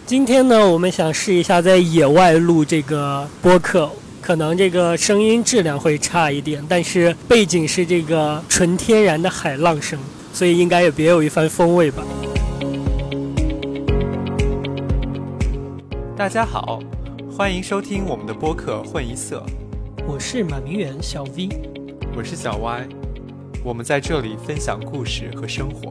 今天呢，我们想试一下在野外录这个播客，可能这个声音质量会差一点，但是背景是这个纯天然的海浪声，所以应该也别有一番风味吧。 大家好，欢迎收听我们的播客混一色。 我是马明远小 V， 我是小 Y， 我们在这里分享故事和生活。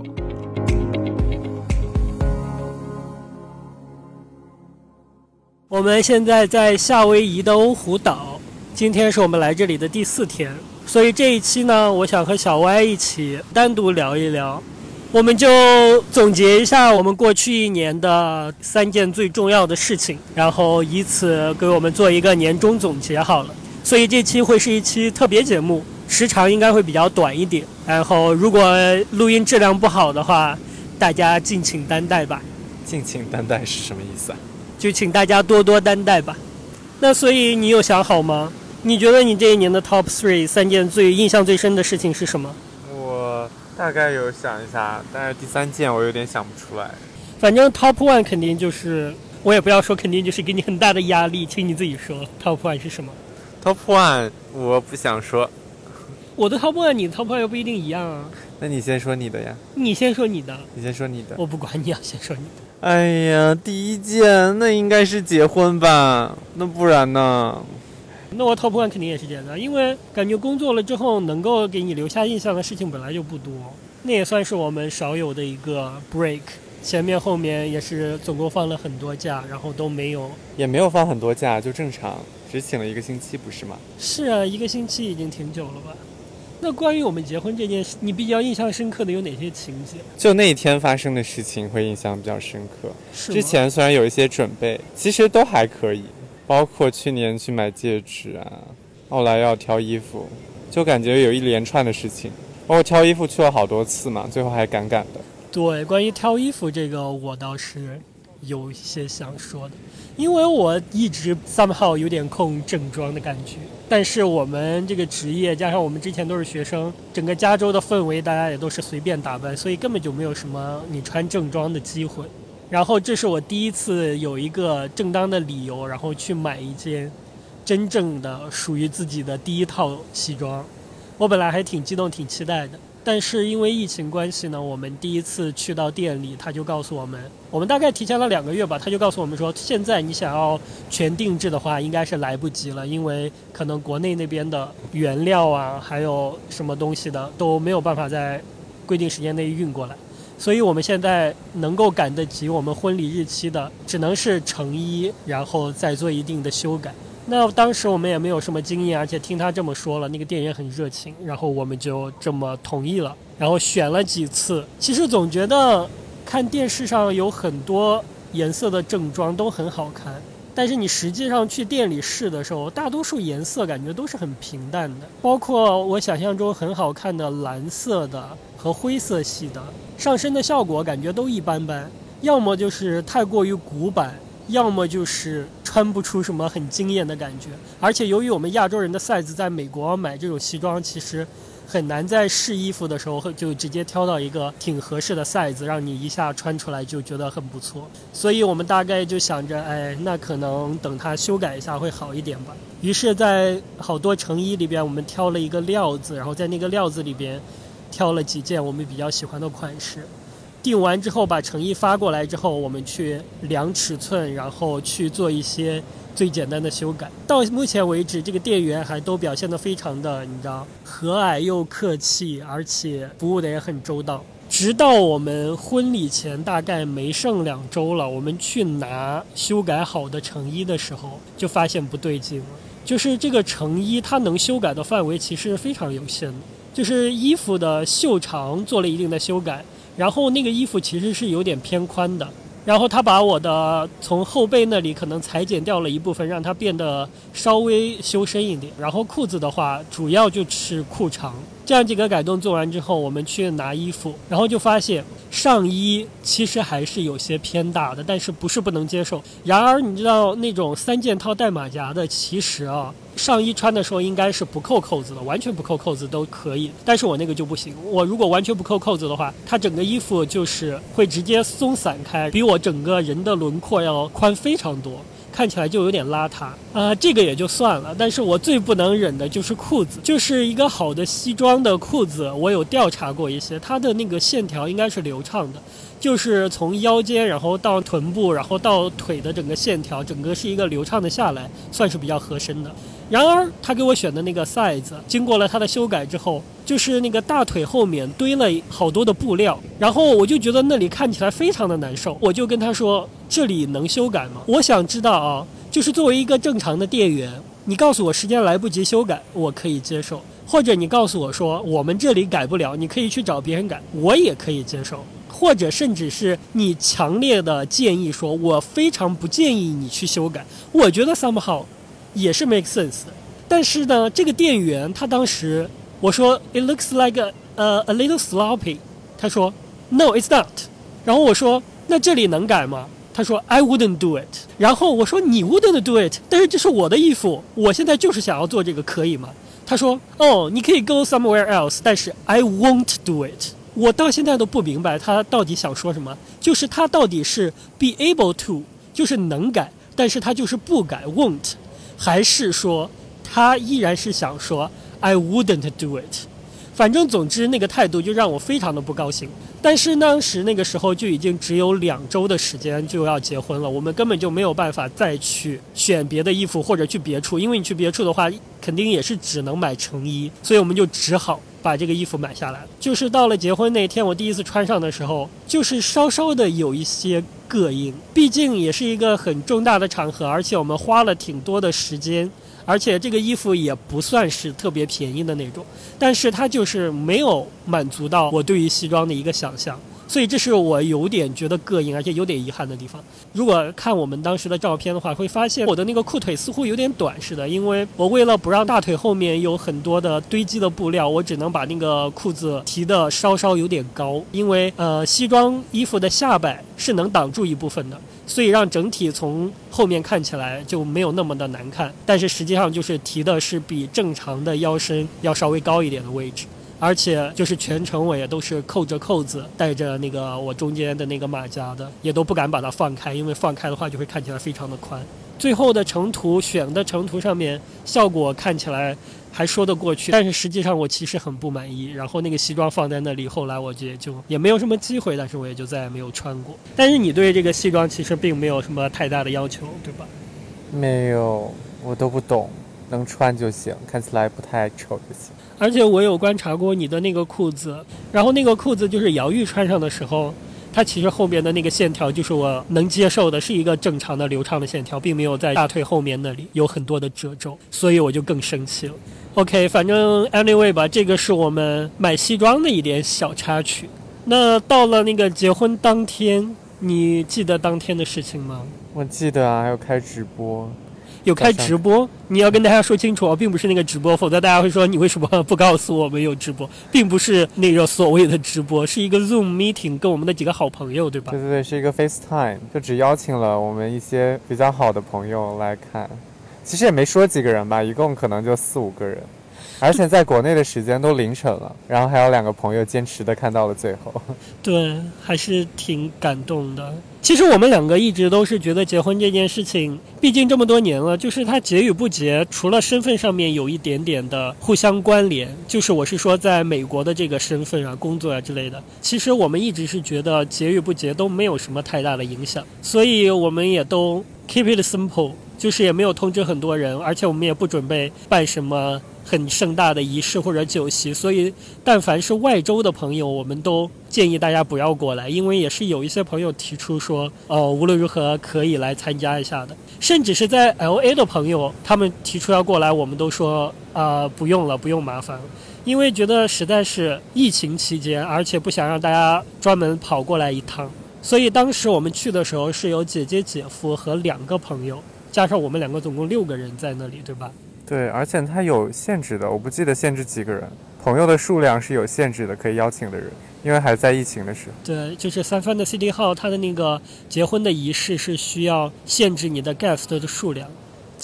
我们现在在夏威夷的欧胡岛，今天是我们来这里的第4天，所以这一期呢，我想和小 Y 一起单独聊一聊，我们就总结一下我们过去1年的3件最重要的事情，然后以此给我们做一个年终总结好了。所以这期会是一期特别节目，时长应该会比较短一点，然后如果录音质量不好的话，大家敬请担待吧。 敬请担待是什么意思啊？ 就请大家多多担待吧。那所以你有想好吗？你觉得你这一年的 Top 3件印象最深的事情是什么？ 我大概有想一下，但是第3件我有点想不出来。 反正 Top 1肯定就是，我也不要说肯定就是给你很大的压力，请你自己说 Top 1是什么。 Top 1我不想说。 我的 Top 1你的 Top 1又不一定一样啊。 那你先说你的呀。 你先说你的。 你先说你的。 我不管，你要先说你的。 哎呀，第1件那应该是结婚吧，那不然呢？ 那我 Top 1肯定也是这样的，因为感觉工作了之后能够给你留下印象的事情本来就不多，那也算是我们少有的一个 break。前面后面也是总共放了很多假，然后都没有， 也没有放很多假，就正常，只请了1个星期，不是吗？是啊，1个星期已经挺久了吧。那关于我们结婚这件事，你比较印象深刻的有哪些情节？就那一天发生的事情会印象比较深刻。之前虽然有一些准备，其实都还可以，包括去年去买戒指啊，后来要挑衣服，就感觉有一连串的事情。包括挑衣服去了好多次嘛，最后还赶的。 对，关于挑衣服这个我倒是有一些想说的，因为我一直 somehow 有点控正装的感觉，但是我们这个职业加上我们之前都是学生，整个加州的氛围大家也都是随便打扮，所以根本就没有什么你穿正装的机会。然后这是我第一次有一个正当的理由，然后去买一件真正的属于自己的第1套西装。我本来还挺激动挺期待的，但是因为疫情关系呢，我们第一次去到店里，他就告诉我们大概提前了2个月吧，他就告诉我们说，现在你想要全定制的话应该是来不及了，因为可能国内那边的原料啊还有什么东西的都没有办法在规定时间内运过来，所以我们现在能够赶得及我们婚礼日期的只能是成衣，然后再做一定的修改。那当时我们也没有什么经验，而且听他这么说了，那个店员很热情，然后我们就这么同意了，然后选了几次。其实总觉得看电视上有很多颜色的正装都很好看，但是你实际上去店里试的时候，大多数颜色感觉都是很平淡的，包括我想象中很好看的蓝色的和灰色系的，上身的效果感觉都一般般，要么就是太过于古板，要么就是穿不出什么很惊艳的感觉。而且由于我们亚洲人的 size 在美国买这种西装其实很难在试衣服的时候就直接挑到一个挺合适的 size， 让你一下穿出来就觉得很不错。所以我们大概就想着，那可能等它修改一下会好一点吧。于是在好多成衣里边我们挑了一个料子，然后在那个料子里边挑了几件我们比较喜欢的款式。订完之后把成衣发过来之后，我们去量尺寸，然后去做一些最简单的修改。到目前为止，这个店员还都表现得非常的，你知道，和蔼又客气，而且服务的也很周到。直到我们婚礼前大概没剩2周了，我们去拿修改好的成衣的时候，就发现不对劲了。就是这个成衣它能修改的范围其实非常有限的，就是衣服的袖长做了一定的修改，然后那个衣服其实是有点偏宽的，然后他把我的从后背那里可能裁剪掉了一部分，让它变得稍微修身一点。然后裤子的话主要就是裤长。这样几个改动做完之后，我们去拿衣服，然后就发现上衣其实还是有些偏大的，但是不是不能接受。然而你知道那种3件套带马甲的，其实上衣穿的时候应该是不扣扣子的，完全不扣扣子都可以，但是我那个就不行，我如果完全不扣扣子的话，它整个衣服就是会直接松散开，比我整个人的轮廓要宽非常多，看起来就有点邋遢这个也就算了，但是我最不能忍的就是裤子，就是一个好的西装的裤子，我有调查过一些，它的那个线条应该是流畅的，就是从腰间然后到臀部然后到腿的整个线条，整个是一个流畅的下来，算是比较合身的。然而他给我选的那个 size 经过了他的修改之后，就是那个大腿后面堆了好多的布料，然后我就觉得那里看起来非常的难受，我就跟他说这里能修改吗？我想知道啊，就是作为一个正常的店员，你告诉我时间来不及修改我可以接受，或者你告诉我说我们这里改不了，你可以去找别人改，我也可以接受，或者甚至是你强烈的建议说我非常不建议你去修改，我觉得 somehow 也是 make sense 的。但是呢，这个店员他当时我说 it looks like a little sloppy， 他说 no it's not， 然后我说那这里能改吗？他说 I wouldn't do it， 然后我说你 wouldn't do it， 但是这是我的衣服，我现在就是想要做这个，可以吗？他说哦你可以 go somewhere else， 但是 I won't do it。 我到现在都不明白他到底想说什么，就是他到底是 be able to 就是能改，但是他就是不改 won't， 还是说他依然是想说 I wouldn't do it。 反正总之那个态度就让我非常的不高兴。但是当时那个时候就已经只有2周的时间就要结婚了，我们根本就没有办法再去选别的衣服或者去别处，因为你去别处的话肯定也是只能买成衣，所以我们就只好把这个衣服买下来。就是到了结婚那天，我第一次穿上的时候，就是稍稍的有一些膈应，毕竟也是一个很重大的场合，而且我们花了挺多的时间，而且这个衣服也不算是特别便宜的那种，但是它就是没有满足到我对于西装的一个想象，所以这是我有点觉得膈应而且有点遗憾的地方。如果看我们当时的照片的话，会发现我的那个裤腿似乎有点短似的，因为我为了不让大腿后面有很多的堆积的布料，我只能把那个裤子提的稍稍有点高，因为西装衣服的下摆是能挡住一部分的，所以让整体从后面看起来就没有那么的难看，但是实际上就是提的是比正常的腰身要稍微高一点的位置，而且就是全程我也都是扣着扣子，带着那个我中间的那个马甲的，也都不敢把它放开，因为放开的话就会看起来非常的宽。最后的成图选的成图上面效果看起来还说得过去，但是实际上我其实很不满意，然后那个西装放在那里，后来我也没有什么机会，但是我也就再也没有穿过。但是你对这个西装其实并没有什么太大的要求，对吧？ 没有，我都不懂，能穿就行，看起来不太丑就行。 而且我有观察过你的那个裤子，然后那个裤子就是姚玉穿上的时候，它其实后面的那个线条就是我能接受的，是一个正常的流畅的线条，并没有在大腿后面那里有很多的褶皱，所以我就更生气了。OK， 反正 anyway 吧，这个是我们买西装的一点小插曲。那到了那个结婚当天，你记得当天的事情吗？ 我记得啊，还有开直播。 有开直播，你要跟大家说清楚，并不是那个直播，否则大家会说你为什么不告诉我们有直播，并不是那个所谓的直播，是一个 Zoom meeting， 跟我们的几个好朋友，对吧？ 对对对，是一个 FaceTime， 就只邀请了我们一些比较好的朋友来看，其实也没说几个人吧，一共可能就4-5个人，而且在国内的时间都凌晨了，然后还有2个朋友坚持的看到了最后。 对，还是挺感动的。其实我们2个一直都是觉得结婚这件事情，毕竟这么多年了，就是它结与不结，除了身份上面有一点点的互相关联，就是我是说在美国的这个身份啊、工作啊之类的，其实我们一直是觉得结与不结都没有什么太大的影响，所以我们也都 keep it simple， 就是也没有通知很多人，而且我们也不准备办什么很盛大的仪式或者酒席，所以但凡是外州的朋友，我们都建议大家不要过来，因为也是有一些朋友提出说无论如何可以来参加一下的，甚至是在 LA 的朋友，他们提出要过来，我们都说不用了，不用麻烦了，因为觉得实在是疫情期间，而且不想让大家专门跑过来一趟，所以当时我们去的时候是有姐姐、姐夫和2个朋友，加上我们2个总共6个人在那里，对吧？ 对，而且它有限制的，我不记得限制几个人，朋友的数量是有限制的，可以邀请的人，因为还在疫情的时候。 对，就是三藩的 City Hall，它的那个结婚的仪式是需要限制你的 guest 的数量。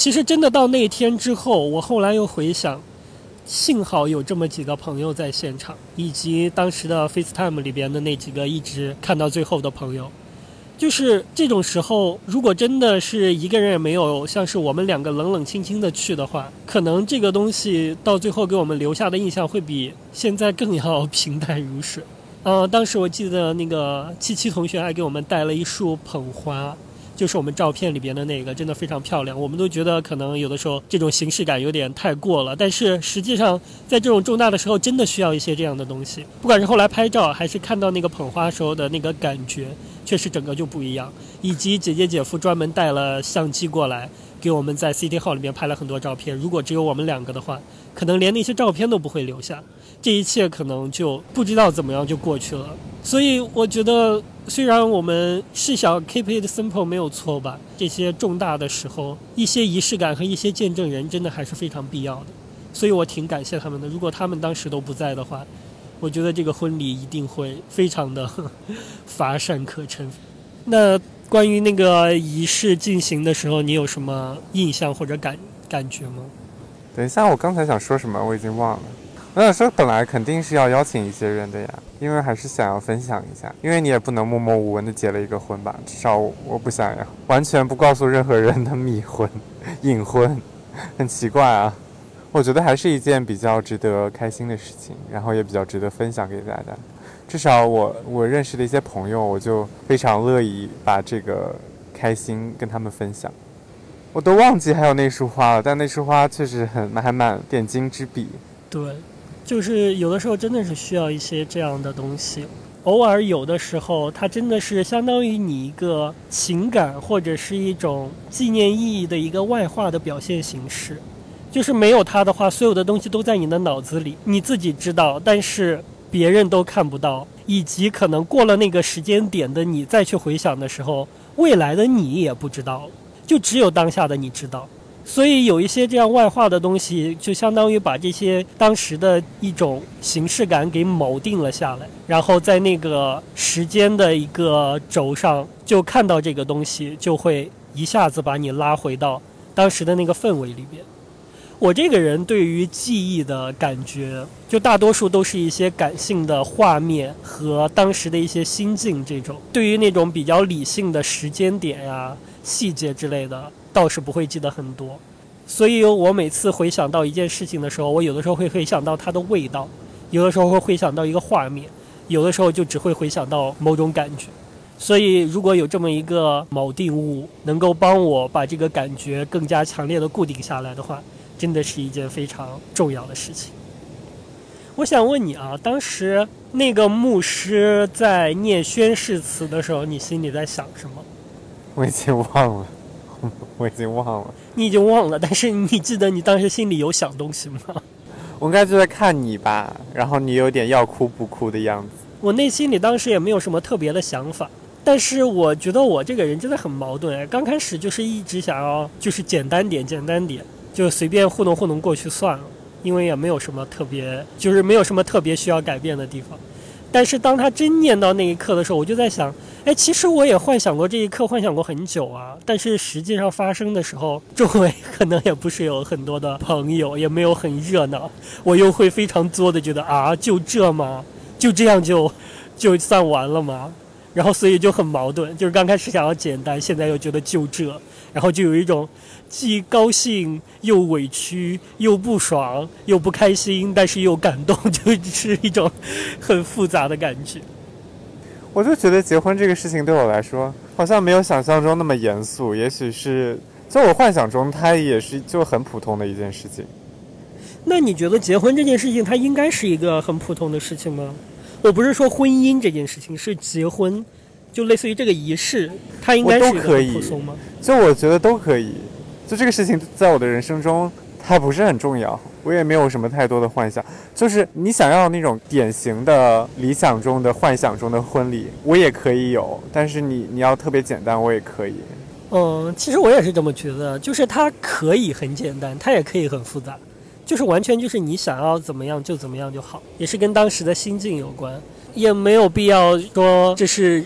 其实真的到那天之后，我后来又回想，幸好有这么几个朋友在现场，以及当时的 FaceTime 里边的那几个一直看到最后的朋友。就是这种时候，如果真的是一个人也没有，像是我们两个冷冷清清的去的话，可能这个东西到最后给我们留下的印象会比现在更要平淡如水。当时我记得那个七七同学还给我们带了一束捧花，就是我们照片里边的那个，真的非常漂亮。我们都觉得可能有的时候这种形式感有点太过了，但是实际上在这种重大的时候真的需要一些这样的东西。不管是后来拍照还是看到那个捧花时候的那个感觉，确实整个就不一样。以及姐姐姐夫专门带了相机过来给我们在 City Hall 里面拍了很多照片，如果只有我们两个的话，可能连那些照片都不会留下，这一切可能就不知道怎么样就过去了。所以我觉得虽然我们是想 keep it simple 没有错吧，这些重大的时候一些仪式感和一些见证人真的还是非常必要的，所以我挺感谢他们的。如果他们当时都不在的话，我觉得这个婚礼一定会非常的乏善可陈。那关于那个仪式进行的时候，你有什么印象或者感觉吗？ 等一下，我刚才想说什么我已经忘了。我想说本来肯定是要邀请一些人的呀，因为还是想要分享一下，因为你也不能默默无闻的结了一个婚吧，至少我不想要完全不告诉任何人的秘婚隐婚，很奇怪啊。我觉得还是一件比较值得开心的事情，然后也比较值得分享给大家。至少我认识的一些朋友，我就非常乐意把这个开心跟他们分享。我都忘记还有那束花了，但那束花确实还蛮点睛之笔。 对，就是有的时候真的是需要一些这样的东西，偶尔有的时候它真的是相当于你一个情感或者是一种纪念意义的一个外化的表现形式。就是没有它的话，所有的东西都在你的脑子里，你自己知道，但是别人都看不到，以及可能过了那个时间点的你再去回想的时候，未来的你也不知道，就只有当下的你知道。所以有一些这样外化的东西，就相当于把这些当时的一种形式感给锚定了下来，然后在那个时间的一个轴上就看到这个东西，就会一下子把你拉回到当时的那个氛围里边。我这个人对于记忆的感觉，就大多数都是一些感性的画面和当时的一些心境，这种对于那种比较理性的时间点呀、细节之类的，倒是不会记得很多。所以我每次回想到一件事情的时候，我有的时候会回想到它的味道，有的时候会回想到一个画面，有的时候就只会回想到某种感觉。所以如果有这么一个锚定物能够帮我把这个感觉更加强烈的固定下来的话，真的是一件非常重要的事情。我想问你啊，当时那个牧师在念宣誓词的时候，你心里在想什么？ 我已经忘了，我已经忘了。 你已经忘了，但是你记得你当时心里有想东西吗？ 我应该就在看你吧，然后你有点要哭不哭的样子。 我内心里当时也没有什么特别的想法，但是我觉得我这个人真的很矛盾。刚开始就是一直想要就是简单点，就随便糊弄过去算了，因为也没有什么特别，就是没有什么特别需要改变的地方。但是当他真念到那一刻的时候，我就在想，其实我也幻想过这一刻，幻想过很久啊。但是实际上发生的时候，周围可能也不是有很多的朋友，也没有很热闹，我又会非常作的觉得啊，就这吗？就这样就算完了吗？然后所以就很矛盾，就是刚开始想要简单，现在又觉得就这，然后就有一种既高兴又委屈又不爽又不开心，但是又感动，就是一种很复杂的感觉。 我就觉得结婚这个事情对我来说好像没有想象中那么严肃，也许是在我幻想中它也是就很普通的一件事情。 那你觉得结婚这件事情它应该是一个很普通的事情吗？我不是说婚姻这件事情，是结婚，就类似于这个仪式，它应该是一个很普通吗？ 就我觉得都可以，就这个事情在我的人生中它不是很重要，我也没有什么太多的幻想。就是你想要那种典型的理想中的幻想中的婚礼，我也可以有，但是你要特别简单，我也可以。 其实我也是这么觉得，就是它可以很简单，它也可以很复杂，就是完全就是你想要怎么样就怎么样就好，也是跟当时的心境有关，也没有必要说这是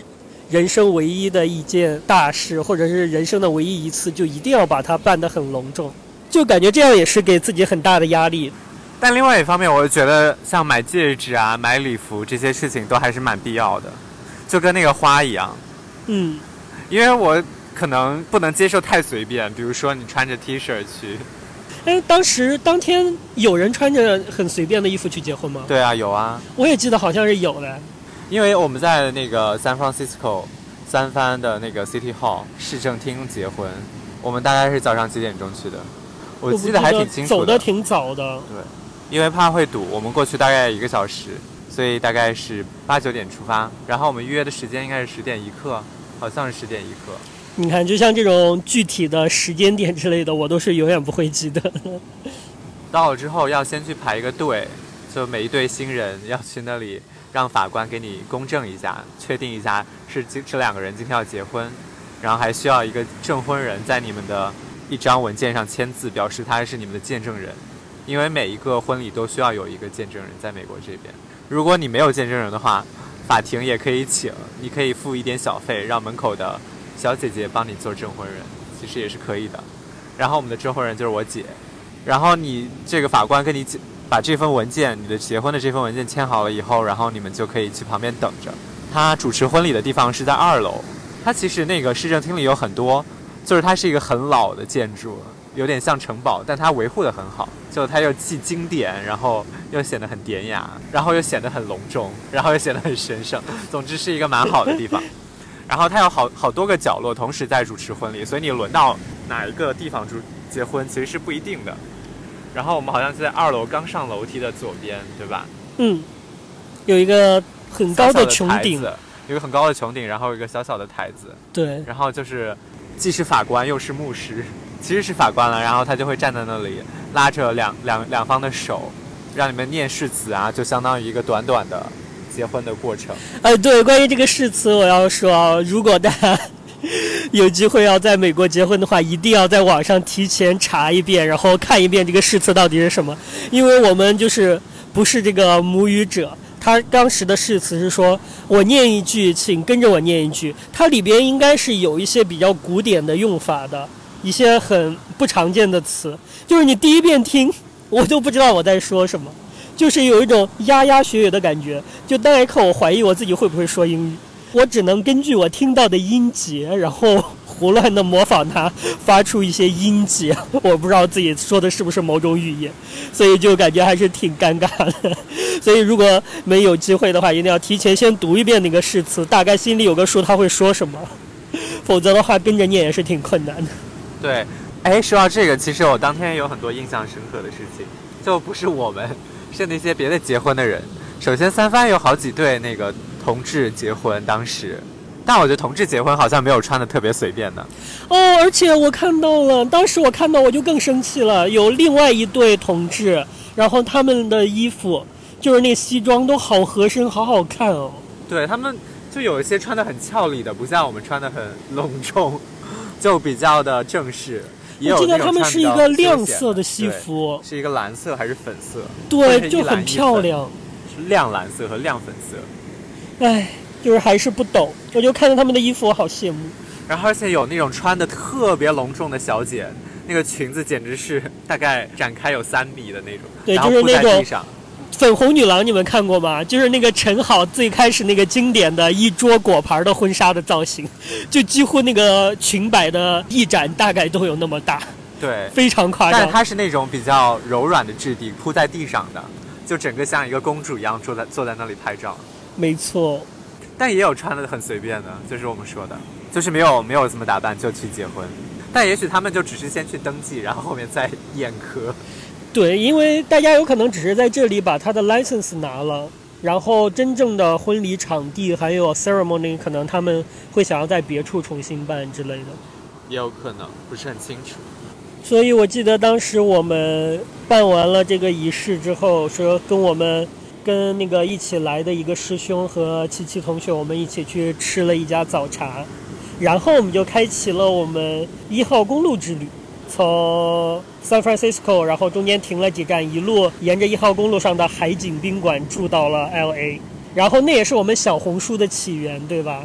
人生唯一的一件大事，或者是人生的唯一一次，就一定要把它办得很隆重，就感觉这样也是给自己很大的压力。 但另外一方面，我觉得像买戒指啊、买礼服这些事情都还是蛮必要的，就跟那个花一样。因为我可能不能接受太随便，比如说你穿着 T 恤去。 当天有人穿着很随便的衣服去结婚吗？ 对啊，有啊， 我也记得好像是有的。 因为我们在那个 San Francisco 三藩的那个 City Hall 市政厅结婚，我们大概是早上几点钟去的？我记得还挺清楚的， 走得挺早的。 对，因为怕会堵，我们过去大概1个小时，所以大概是8、9点出发，然后我们预约的时间应该是10点一刻，好像是10点一刻。 你看，就像这种具体的时间点之类的，我都是永远不会记得。 到了之后要先去排一个队，就每一对新人要去那里让法官给你公证一下，确定一下是这2个人今天要结婚，然后还需要一个证婚人在你们的一张文件上签字，表示他是你们的见证人。因为每一个婚礼都需要有一个见证人，在美国这边，如果你没有见证人的话，法庭也可以请，你可以付一点小费，让门口的小姐姐帮你做证婚人，其实也是可以的。然后我们的证婚人就是我姐，然后你这个法官跟你把这份文件，你的结婚的这份文件签好了以后，然后你们就可以去旁边等着。他主持婚礼的地方是在2楼，他其实那个市政厅里有很多，就是它是一个很老的建筑，有点像城堡，但它维护得很好，就它又既经典，然后又显得很典雅，然后又显得很隆重，然后又显得很神圣，总之是一个蛮好的地方。然后它有好多个角落同时在主持婚礼，所以你轮到哪一个地方结婚其实是不一定的。然后我们好像就在2楼刚上楼梯的左边，对吧？ 有一个很高的穹顶， 有一个很高的穹顶，然后有一个小小的台子。 对， 然后就是既是法官又是牧师，其实是法官了，然后他就会站在那里拉着两方的手，让你们念誓词啊，就相当于一个短短的结婚的过程。 对，关于这个誓词我要说，如果大家有机会要在美国结婚的话，一定要在网上提前查一遍，然后看一遍这个誓词到底是什么，因为我们就是不是这个母语者。他当时的誓词是说，我念一句请跟着我念一句，它里边应该是有一些比较古典的用法的，一些很不常见的词，就是你第一遍听我都不知道我在说什么，就是有一种牙牙学语的感觉。就那一刻我怀疑我自己会不会说英语，我只能根据我听到的音节，然后胡乱的模仿它，发出一些音节，我不知道自己说的是不是某种语言，所以就感觉还是挺尴尬的。所以如果没有机会的话，一定要提前先读一遍那个誓词，大概心里有个数他会说什么，否则的话跟着念也是挺困难的。 对，说到这个，其实我当天有很多印象深刻的事情，就不是我们，是那些别的结婚的人。首先三藩有好几对那个同志结婚，当时但我觉得同志结婚好像没有穿的特别随便的。 而且我看到了，当时我看到我就更生气了，有另外一对同志，然后他们的衣服就是那西装都好合身，好好看哦。 对，他们就有一些穿的很俏丽的，不像我们穿的很隆重，就比较的正式。也有我记得他们是一个亮色的西服， 是一个蓝色还是粉色？ 对，就很漂亮， 是亮蓝色和亮粉色。 就是还是不懂，我就看到他们的衣服我好羡慕。 然后而且有那种穿的特别隆重的小姐，那个裙子简直是大概展开有3米的那种， 对， 然后就是那种粉红女郎，你们看过吗？就是那个陈好最开始那个经典的一桌果盘的婚纱的造型，就几乎那个裙摆的翼展大概都有那么大， 对， 非常夸张。 但它是那种比较柔软的质地，铺在地上的，就整个像一个公主一样坐在那里拍照。 没错。 但也有穿的很随便的，就是我们说的，就是没有怎么打扮就去结婚。但也许他们就只是先去登记，然后后面再宴客。 对，因为大家有可能只是在这里把他的 license 拿了，然后真正的婚礼场地还有 ceremony 可能他们会想要在别处重新办之类的， 也有可能，不是很清楚。 所以我记得当时我们办完了这个仪式之后，说跟那个一起来的一个师兄和琪琪同学，我们一起去吃了一家早茶，然后我们就开启了我们1号公路之旅，从 San Francisco， 然后中间停了几站，一路沿着1号公路上的海景宾馆住到了 LA， 然后那也是我们小红书的起源，对吧？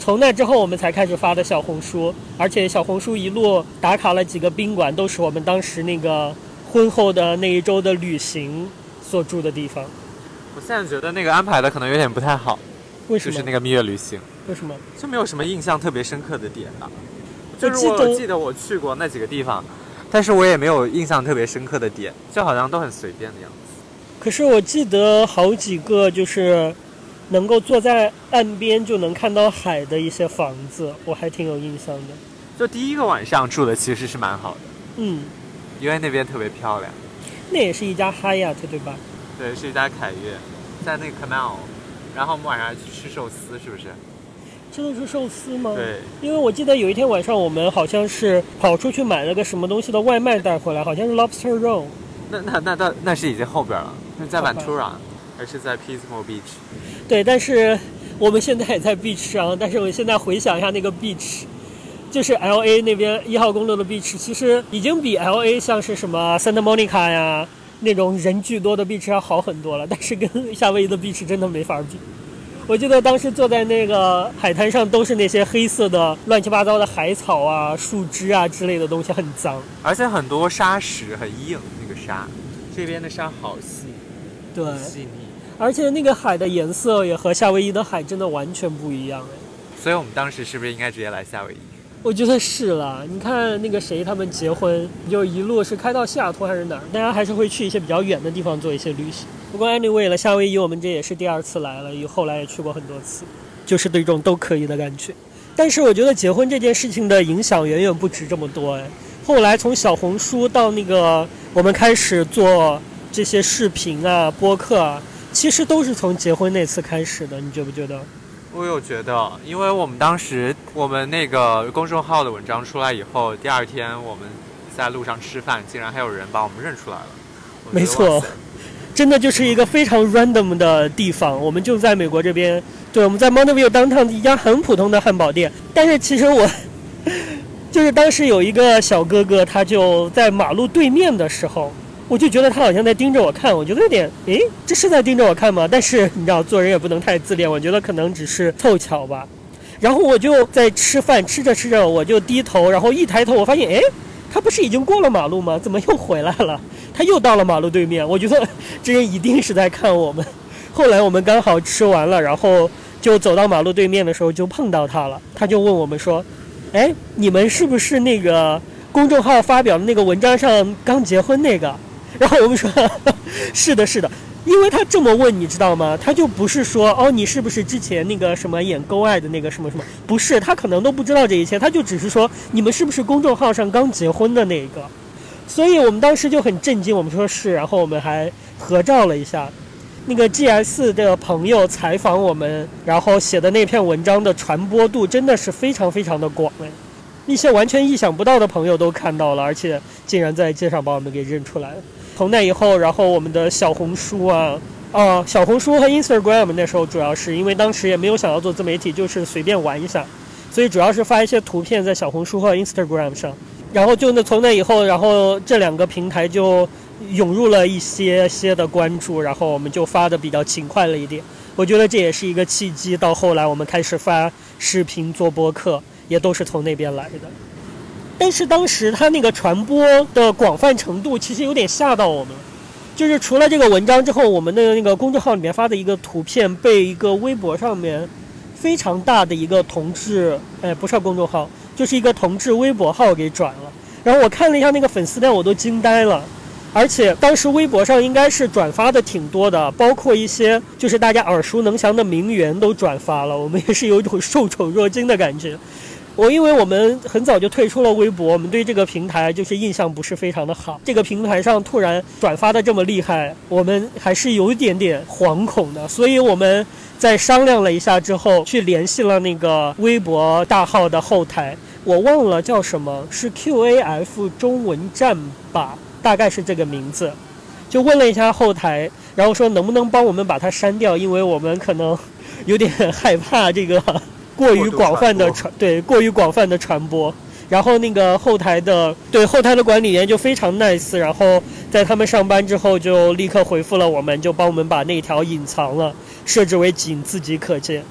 从那之后我们才开始发的小红书，而且小红书一路打卡了几个宾馆，都是我们当时那个婚后的那一周的旅行所住的地方。 我现在觉得那个安排的可能有点不太好。 为什么？ 就是那个蜜月旅行。 为什么？ 就没有什么印象特别深刻的点吧。就是我记得我去过那几个地方，但是我也没有印象特别深刻的点，就好像都很随便的样子。 可是我记得好几个就是能够坐在岸边就能看到海的一些房子，我还挺有印象的。 就第一个晚上住的其实是蛮好的，因为那边特别漂亮。 那也是一家 Hyatt 对吧？ 对，是一家凯悦，在那个 Canal。然后我们晚上还去吃寿司，是不是？ 吃的是寿司吗？ 对， 因为我记得有一天晚上我们好像是跑出去买了个什么东西的外卖带回来，好像是 lobster roll。 那是已经后边了，是在 Ventura， 而是在 Pismo Beach。 对，但是我们现在也在 beach 上，但是我现在回想一下那个 beach， 就是 LA 那边1号公路的 beach， 其实已经比 LA 像是什么 Santa Monica 呀那种人巨多的 beach 要好很多了，但是跟夏威夷的 beach 真的没法比。我记得当时坐在那个海滩上，都是那些黑色的乱七八糟的海草啊、树枝啊之类的东西，很脏， 而且很多沙石很硬，那个沙，这边的沙好细， 对， 细腻， 而且那个海的颜色也和夏威夷的海真的完全不一样哎。 所以我们当时是不是应该直接来夏威夷？ 我觉得是了，你看那个谁他们结婚就一路是开到西雅图还是哪儿，大家还是会去一些比较远的地方做一些旅行。不过 anyway 了，夏威夷我们这也是第2次来了，后来也去过很多次，就是这种都可以的感觉。但是我觉得结婚这件事情的影响远远不止这么多哎。后来从小红书到那个我们开始做这些视频啊、播客啊，其实都是从结婚那次开始的，你觉不觉得？ 我有觉得，因为我们当时我们那个公众号的文章出来以后，第2天我们在路上吃饭，竟然还有人把我们认出来了。 没错，真的就是一个非常 random 的地方。我们就在美国这边，对，我们在 Mountain View downtown 一家很普通的汉堡店，但是其实我就是当时有一个小哥哥，他就在马路对面的时候，我就觉得他好像在盯着我看，我觉得有点，这是在盯着我看吗？但是你知道，做人也不能太自恋，我觉得可能只是凑巧吧。然后我就在吃饭，吃着吃着，我就低头，然后一抬头，我发现，他不是已经过了马路吗？怎么又回来了？他又到了马路对面，我觉得这人一定是在看我们。后来我们刚好吃完了，然后就走到马路对面的时候就碰到他了，他就问我们说，你们是不是那个公众号发表的那个文章上刚结婚那个？然后我们说是的是的，因为他这么问你知道吗，他就不是说你是不是之前那个什么演勾爱的那个什么什么，不是，他可能都不知道这一切，他就只是说你们是不是公众号上刚结婚的那个。所以我们当时就很震惊，我们说是，然后我们还合照了一下。那个 GS 的朋友采访我们，然后写的那篇文章的传播度真的是非常非常的广，一些完全意想不到的朋友都看到了，而且竟然在街上把我们给认出来了。从那以后，然后我们的小红书小红书和 Instagram 那时候主要是因为当时也没有想要做自媒体，就是随便玩一下，所以主要是发一些图片在小红书和 Instagram 上。然后就从那以后，然后这2个平台就涌入了一些的关注，然后我们就发的比较勤快了一点。我觉得这也是一个契机，到后来我们开始发视频做播客，也都是从那边来的。但是当时它那个传播的广泛程度其实有点吓到我们，就是除了这个文章之后，我们的那个公众号里面发的一个图片被一个微博上面非常大的一个同志，不是公众号，就是一个同志微博号给转了。然后我看了一下那个粉丝量，我都惊呆了。而且当时微博上应该是转发的挺多的，包括一些就是大家耳熟能详的名媛都转发了，我们也是有一种受宠若惊的感觉。因为我们很早就退出了微博，我们对这个平台就是印象不是非常的好，这个平台上突然转发的这么厉害，我们还是有一点点惶恐的。所以我们在商量了一下之后，去联系了那个微博大号的后台，我忘了叫什么，是 QAF 中文站吧，大概是这个名字。就问了一下后台，然后说能不能帮我们把它删掉，因为我们可能有点害怕这个过于广泛的传播。然后那个后台的管理员就非常 nice， 然后在他们上班之后就立刻回复了我们，就帮我们把那条隐藏了，设置为仅自己可见。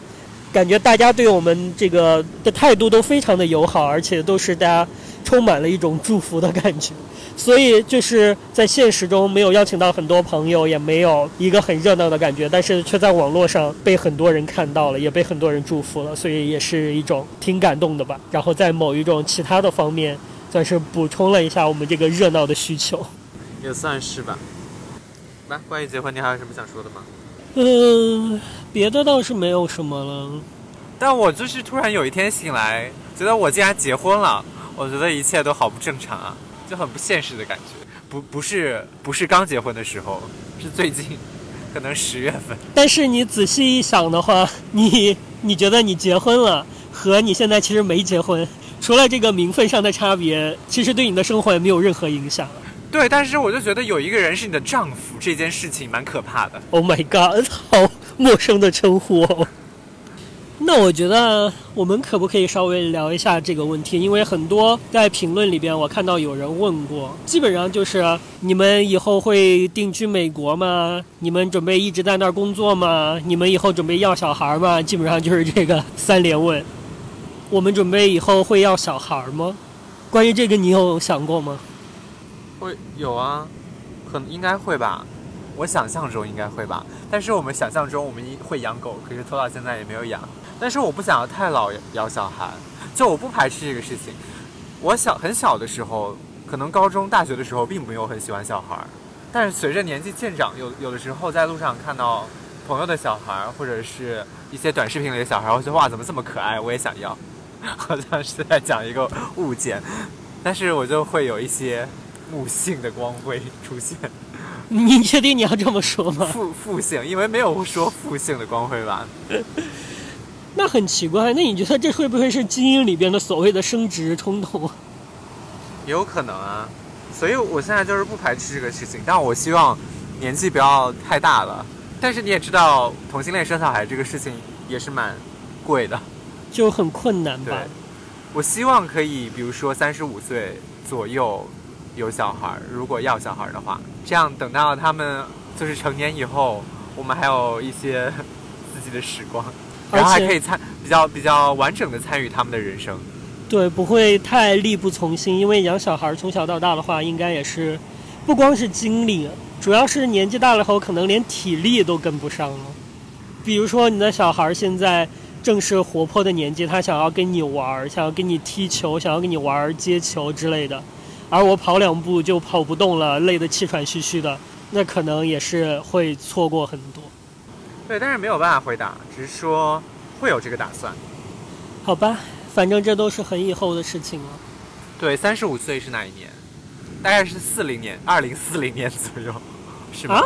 感觉大家对我们这个的态度都非常的友好，而且都是大家充满了一种祝福的感觉。所以就是在现实中没有邀请到很多朋友，也没有一个很热闹的感觉，但是却在网络上被很多人看到了，也被很多人祝福了，所以也是一种挺感动的吧。然后在某一种其他的方面算是补充了一下我们这个热闹的需求， 也算是吧。来，关于结婚你还有什么想说的吗？ 别的倒是没有什么了。 但我就是突然有一天醒来，觉得我竟然结婚了，我觉得一切都好不正常啊，就很不现实的感觉。不是刚结婚的时候，是最近可能10月份。 但是你仔细一想的话，你觉得你结婚了和你现在其实没结婚，除了这个名分上的差别，其实对你的生活也没有任何影响。 对，但是我就觉得有一个人是你的丈夫这件事情蛮可怕的。 Oh my god， 好陌生的称呼哦。那我觉得我们可不可以稍微聊一下这个问题？因为很多在评论里边我看到有人问过，基本上就是你们以后会定居美国吗？你们准备一直在那儿工作吗？你们以后准备要小孩吗？基本上就是这个3连问。我们准备以后会要小孩吗？关于这个你有想过吗？ 会有啊，可能应该会吧，我想象中应该会吧。但是我们想象中我们会养狗，可是拖到现在也没有养。但是我不想要太老养小孩，就我不排斥这个事情。我很小的时候，可能高中、大学的时候并没有很喜欢小孩，但是随着年纪渐长，有的时候在路上看到朋友的小孩，或者是一些短视频里的小孩，我觉得哇，怎么这么可爱，我也想要。好像是在讲一个物件，但是我就会有一些母性的光辉出现。 你确定你要这么说吗？ 父性，因为没有说父性的光辉吧。 那很奇怪，那你觉得这会不会是基因里边的所谓的生殖冲动？ 也有可能啊，所以我现在就是不排斥这个事情，但我希望年纪不要太大了。但是你也知道，同性恋生小孩这个事情也是蛮贵的， 就很困难吧。 对，我希望可以，比如说35岁左右有小孩，如果要小孩的话，这样等到他们就是成年以后，我们还有一些自己的时光，然后还可以比较完整的参与他们的人生。 对，不会太力不从心，因为养小孩从小到大的话，应该也是不光是精力，主要是年纪大了后，可能连体力都跟不上了。比如说你的小孩现在正是活泼的年纪，他想要跟你玩，想要跟你踢球，想要跟你玩接球之类的，而我跑2步就跑不动了，累得气喘吁吁的，那可能也是会错过很多。 对，但是没有办法回答，只是说会有这个打算。 好吧，反正这都是很以后的事情了。 对，35岁是哪一年？大概是2040年左右，是吗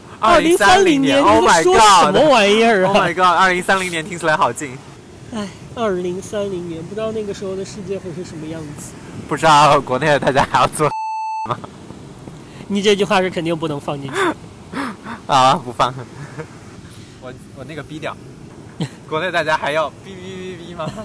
？2030年 ？Oh my god！ 什么玩意儿啊 ？Oh my god！2030年听起来好近。 哎，2030年，不知道那个时候的世界会是什么样子。 不知道国内的大家还要做吗？ 你这句话是肯定不能放进去。 啊，不放。我那个逼掉。国内大家还要逼吗？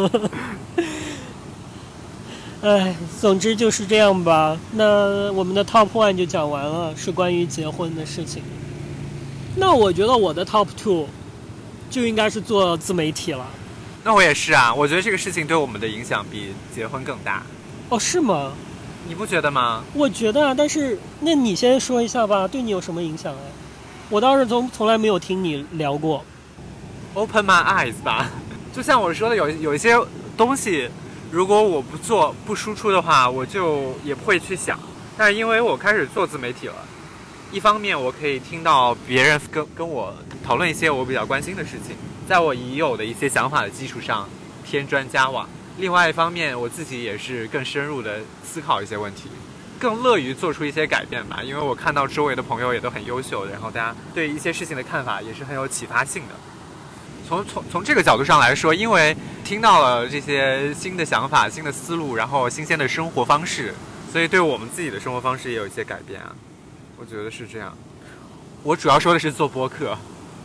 哎，总之就是这样吧。那我们的 Top 1就讲完了，是关于结婚的事情。那我觉得我的 Top 2就应该是做自媒体了。 那我也是啊，我觉得这个事情对我们的影响比结婚更大。 哦，是吗？ 你不觉得吗？ 我觉得啊，但是那你先说一下吧，对你有什么影响哎？我倒是从来没有听你聊过。 Open my eyes 吧，就像我说的，有一些东西，如果我不做不输出的话，我就也不会去想。但是因为我开始做自媒体了，一方面我可以听到别人跟我讨论一些我比较关心的事情，在我已有的一些想法的基础上添砖加瓦。另外一方面，我自己也是更深入的思考一些问题，更乐于做出一些改变吧。因为我看到周围的朋友也都很优秀，然后大家对一些事情的看法也是很有启发性的。从这个角度上来说，因为听到了这些新的想法、新的思路，然后新鲜的生活方式，所以对我们自己的生活方式也有一些改变啊。我觉得是这样。我主要说的是做播客。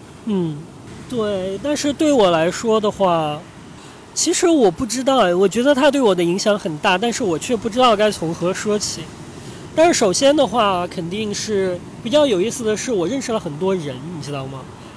对，但是对我来说的话，其实我不知道我觉得它对我的影响很大，但是我却不知道该从何说起。但是首先的话，肯定是比较有意思的是，我认识了很多人，你知道吗？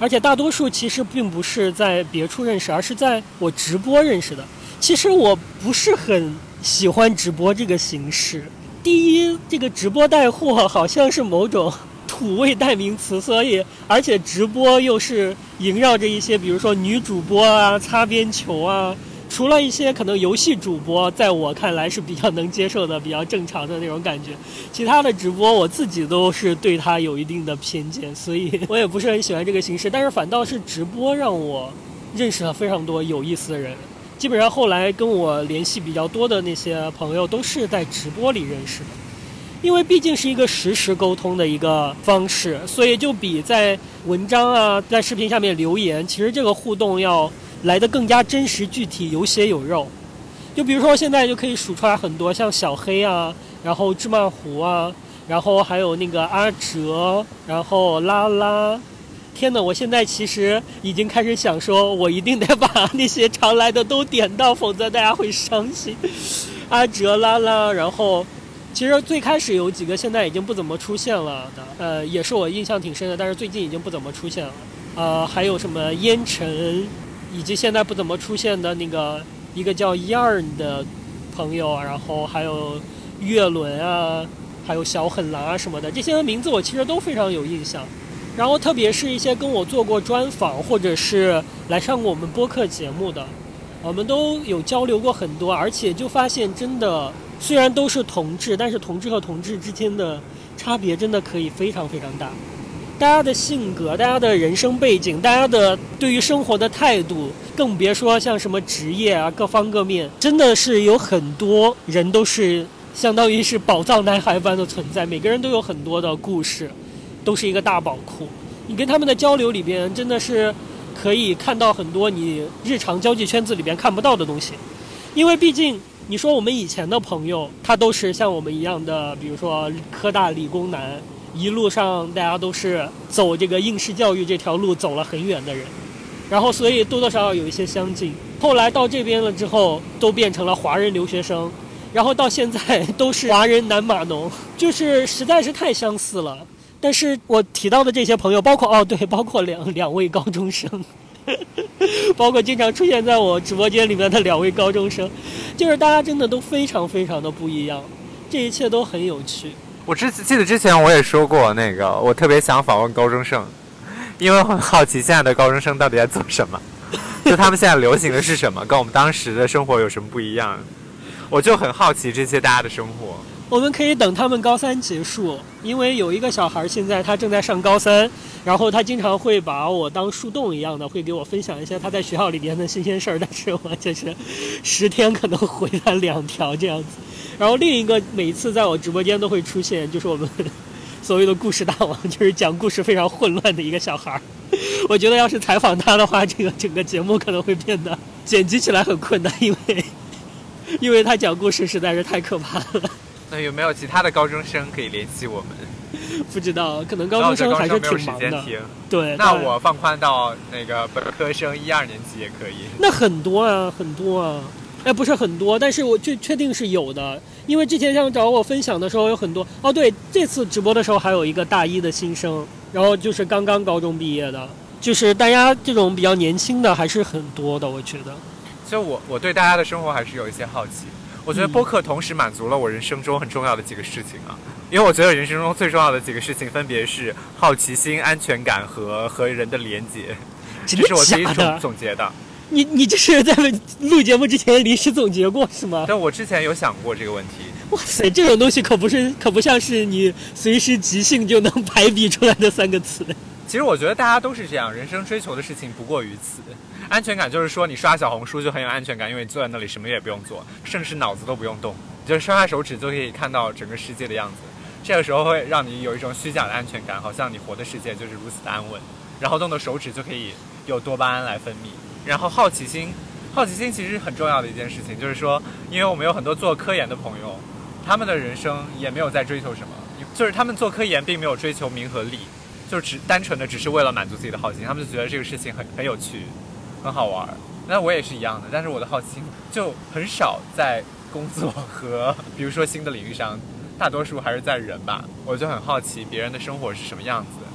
而且大多数其实并不是在别处认识，而是在我直播认识的。其实我不是很喜欢直播这个形式。第一，这个直播带货好像是某种土味代名词，所以而且直播又是萦绕着一些比如说女主播啊、擦边球啊，除了一些可能游戏主播在我看来是比较能接受的、比较正常的那种感觉，其他的直播我自己都是对它有一定的偏见，所以我也不是很喜欢这个形式。但是反倒是直播让我认识了非常多有意思的人，基本上后来跟我联系比较多的那些朋友都是在直播里认识的。因为毕竟是一个实时沟通的一个方式，所以就比在文章啊、在视频下面留言，其实这个互动要来得更加真实、具体、有血有肉。就比如说现在就可以数出来很多，像小黑啊，然后芝麻糊啊，然后还有那个阿哲，然后拉拉。天哪，我现在其实已经开始想说，我一定得把那些常来的都点到，否则大家会伤心。阿哲、拉拉，然后其实最开始有几个现在已经不怎么出现了的，也是我印象挺深的，但是最近已经不怎么出现了。还有什么烟尘，以及现在不怎么出现的那个一个叫Yarn的朋友，然后还有月轮啊，还有小狠狼啊什么的，这些名字我其实都非常有印象。然后特别是一些跟我做过专访或者是来上过我们播客节目的，我们都有交流过很多，而且就发现真的虽然都是同志，但是同志和同志之间的差别真的可以非常非常大。大家的性格、大家的人生背景、大家的对于生活的态度，更别说像什么职业啊，各方各面，真的是有很多人都是相当于是宝藏男孩般的存在，每个人都有很多的故事，都是一个大宝库。你跟他们的交流里边真的是可以看到很多你日常交际圈子里边看不到的东西。因为毕竟你说我们以前的朋友，他都是像我们一样的，比如说科大理工男，一路上大家都是走这个应试教育这条路走了很远的人，然后所以多多少少有一些相近。后来到这边了之后，都变成了华人留学生，然后到现在都是华人男码农，就是实在是太相似了。但是我提到的这些朋友，包括包括两位高中生，包括经常出现在我直播间里面的2位高中生，就是大家真的都非常非常的不一样，这一切都很有趣。 我记得之前我也说过，我特别想访问高中生，因为很好奇现在的高中生到底在做什么，就他们现在流行的是什么，跟我们当时的生活有什么不一样，我就很好奇这些大家的生活。 我们可以等他们高3结束，因为有一个小孩现在他正在上高3，然后他经常会把我当树洞一样的，会给我分享一些他在学校里边的新鲜事儿，但是我就是10天可能回他2条这样子。然后另一个每次在我直播间都会出现，就是我们所谓的故事大王，就是讲故事非常混乱的一个小孩。我觉得要是采访他的话，这个整个节目可能会变得剪辑起来很困难，因为他讲故事实在是太可怕了。 那有没有其他的高中生可以联系我们？ 不知道，可能高中生还是挺忙的。对， 那我放宽到本科生1、2年级也可以。 那很多啊，很多啊。不是很多，但是我确定是有的，因为之前像找我分享的时候有很多。对，这次直播的时候还有一个大1的新生，然后就是刚刚高中毕业的，就是大家这种比较年轻的还是很多的，我觉得。 其实我对大家的生活还是有一些好奇。我觉得播客同时满足了我人生中很重要的几个事情啊，因为我觉得人生中最重要的几个事情分别是好奇心、安全感和人的连结，这是我自己总结的。 你这是在录节目之前临时总结过是吗？ 但我之前有想过这个问题。 哇塞，这种东西可不像是你随时即兴就能排比出来的3个词。 其实我觉得大家都是这样，人生追求的事情不过于此。安全感就是说你刷小红书就很有安全感，因为你坐在那里什么也不用做，甚至脑子都不用动，就是刷下手指就可以看到整个世界的样子。这个时候会让你有一种虚假的安全感，好像你活的世界就是如此的安稳，然后动动手指就可以有多巴胺来分泌。然后好奇心其实很重要的一件事情，就是说因为我们有很多做科研的朋友，他们的人生也没有在追求什么，就是他们做科研并没有追求名和利，就单纯的只是为了满足自己的好奇心，他们就觉得这个事情很有趣很好玩。那我也是一样的，但是我的好奇心就很少在工作和比如说新的领域上，大多数还是在人吧。我就很好奇别人的生活是什么样子，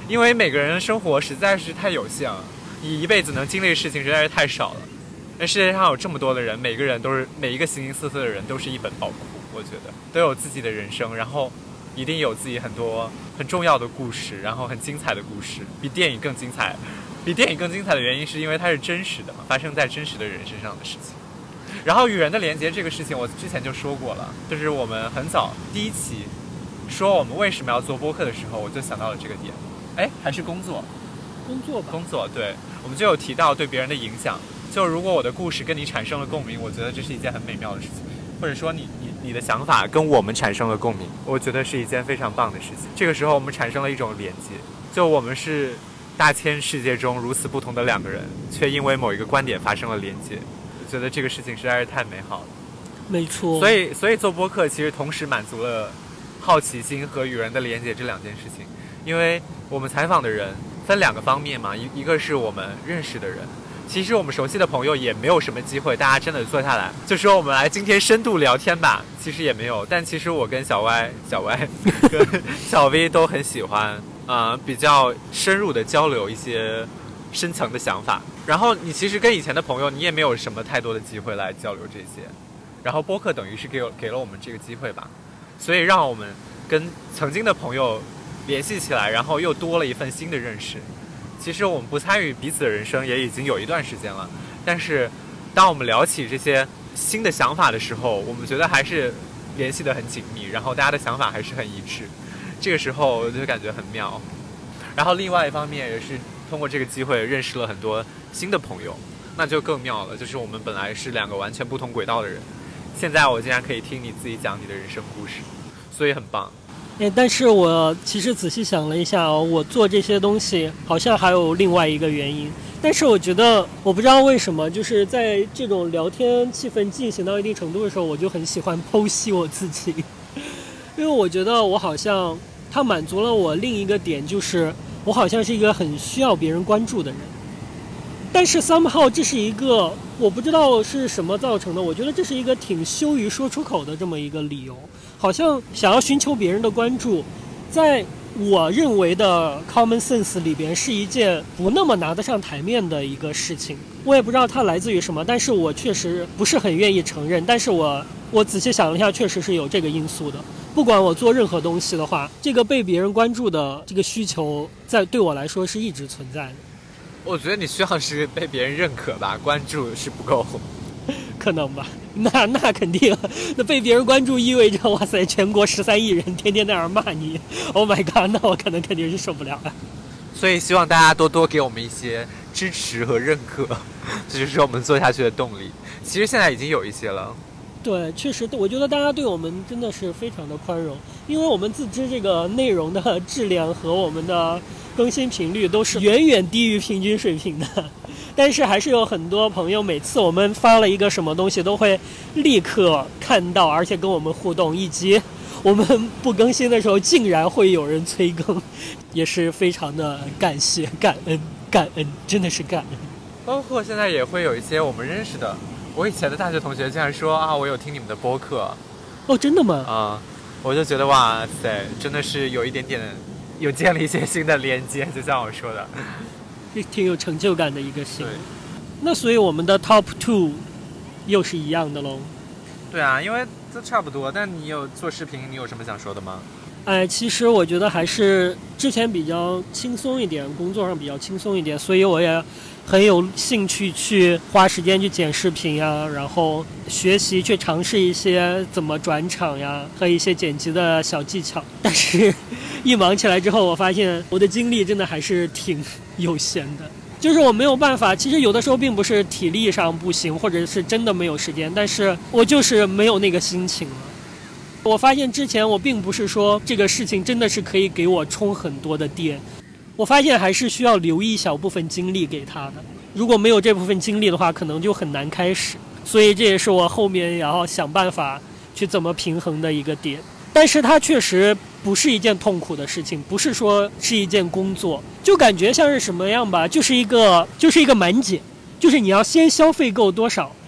因为每个人的生活实在是太有限了，你一辈子能经历的事情实在是太少了。那世界上有这么多的人，每个人都是每一个形形色色的人都是一本宝库，我觉得都有自己的人生，然后一定有自己很多很重要的故事，然后很精彩的故事，比电影更精彩。比电影更精彩的原因是因为它是真实的嘛，发生在真实的人身上的事情。然后与人的连接这个事情我之前就说过了，就是我们很早第一期说我们为什么要做播客的时候，我就想到了这个点。还是工作吧，工作，对，我们就有提到对别人的影响，就如果我的故事跟你产生了共鸣，我觉得这是一件很美妙的事情，或者说你的想法跟我们产生了共鸣，我觉得是一件非常棒的事情。这个时候我们产生了一种连接，就我们是大千世界中如此不同的两个人，却因为某一个观点发生了连接，我觉得这个事情实在是太美好了。 没错， 所以做播客其实同时满足了好奇心和与人的连接这两件事情。因为我们采访的人分两个方面嘛，一个是我们认识的人，其实我们熟悉的朋友也没有什么机会大家真的坐下来就说我们来今天深度聊天吧，其实也没有。但其实我跟小歪跟小 V 都很喜欢比较深入的交流一些深层的想法，然后你其实跟以前的朋友你也没有什么太多的机会来交流这些，然后播客等于是给了我们这个机会吧，所以让我们跟曾经的朋友联系起来，然后又多了一份新的认识。其实我们不参与彼此的人生也已经有一段时间了，但是当我们聊起这些新的想法的时候，我们觉得还是联系得很紧密，然后大家的想法还是很一致，这个时候我就感觉很妙。然后另外一方面也是通过这个机会认识了很多新的朋友，那就更妙了，就是我们本来是两个完全不同轨道的人，现在我竟然可以听你自己讲你的人生故事，所以很棒。 但是我其实仔细想了一下我做这些东西好像还有另外一个原因，但是我觉得我不知道为什么，就是在这种聊天气氛进行到一定程度的时候，我就很喜欢剖析我自己，因为我觉得我好像它满足了我另一个点，就是我好像是一个很需要别人关注的人。但是 somehow 这是一个我不知道是什么造成的，我觉得这是一个挺羞于说出口的这么一个理由，好像想要寻求别人的关注，在我认为的 common sense 里边是一件不那么拿得上台面的一个事情。我也不知道它来自于什么，但是我确实不是很愿意承认，但是我仔细想了一下，确实是有这个因素的。不管我做任何东西的话，这个被别人关注的这个需求在对我来说是一直存在的。 我觉得你需要是被别人认可吧，关注是不够。 可能吧，那肯定，那被别人关注意味着哇塞，全国13亿人天天在那儿骂你 ，Oh my god， 那我肯定是受不了了。 所以希望大家多给我们一些支持和认可，这就是我们做下去的动力。其实现在已经有一些了。 对，确实，我觉得大家对我们真的是非常的宽容，因为我们自知这个内容的质量和我们的更新频率都是远远低于平均水平的，但是还是有很多朋友每次我们发了一个什么东西都会立刻看到，而且跟我们互动，以及我们不更新的时候竟然会有人催更，也是非常的感谢感恩，真的是感恩。 包括现在也会有一些我们认识的，我以前的大学同学竟然说我有听你们的播客。 哦，真的吗？ 我就觉得哇塞，真的是有一点点有建立一些新的连接，就像我说的， 挺有成就感的一个新闻。那所以我们的 Top 2又是一样的咯。 对啊，因为都差不多。但你有做视频，你有什么想说的吗？ 其实我觉得还是之前比较轻松一点，工作上比较轻松一点，所以我也很有兴趣去花时间去剪视频呀，然后学习去尝试一些怎么转场呀和一些剪辑的小技巧。但是一忙起来之后，我发现我的精力真的还是挺有限的，就是我没有办法，其实有的时候并不是体力上不行，或者是真的没有时间，但是我就是没有那个心情了。我发现之前我并不是说这个事情真的是可以给我充很多的电，我发现还是需要留一小部分精力给他的，如果没有这部分精力的话，可能就很难开始，所以这也是我后面也要想办法去怎么平衡的一个点。但是它确实不是一件痛苦的事情，不是说是一件工作，就感觉像是什么样吧，就是一个满减，就是你要先消费够多少，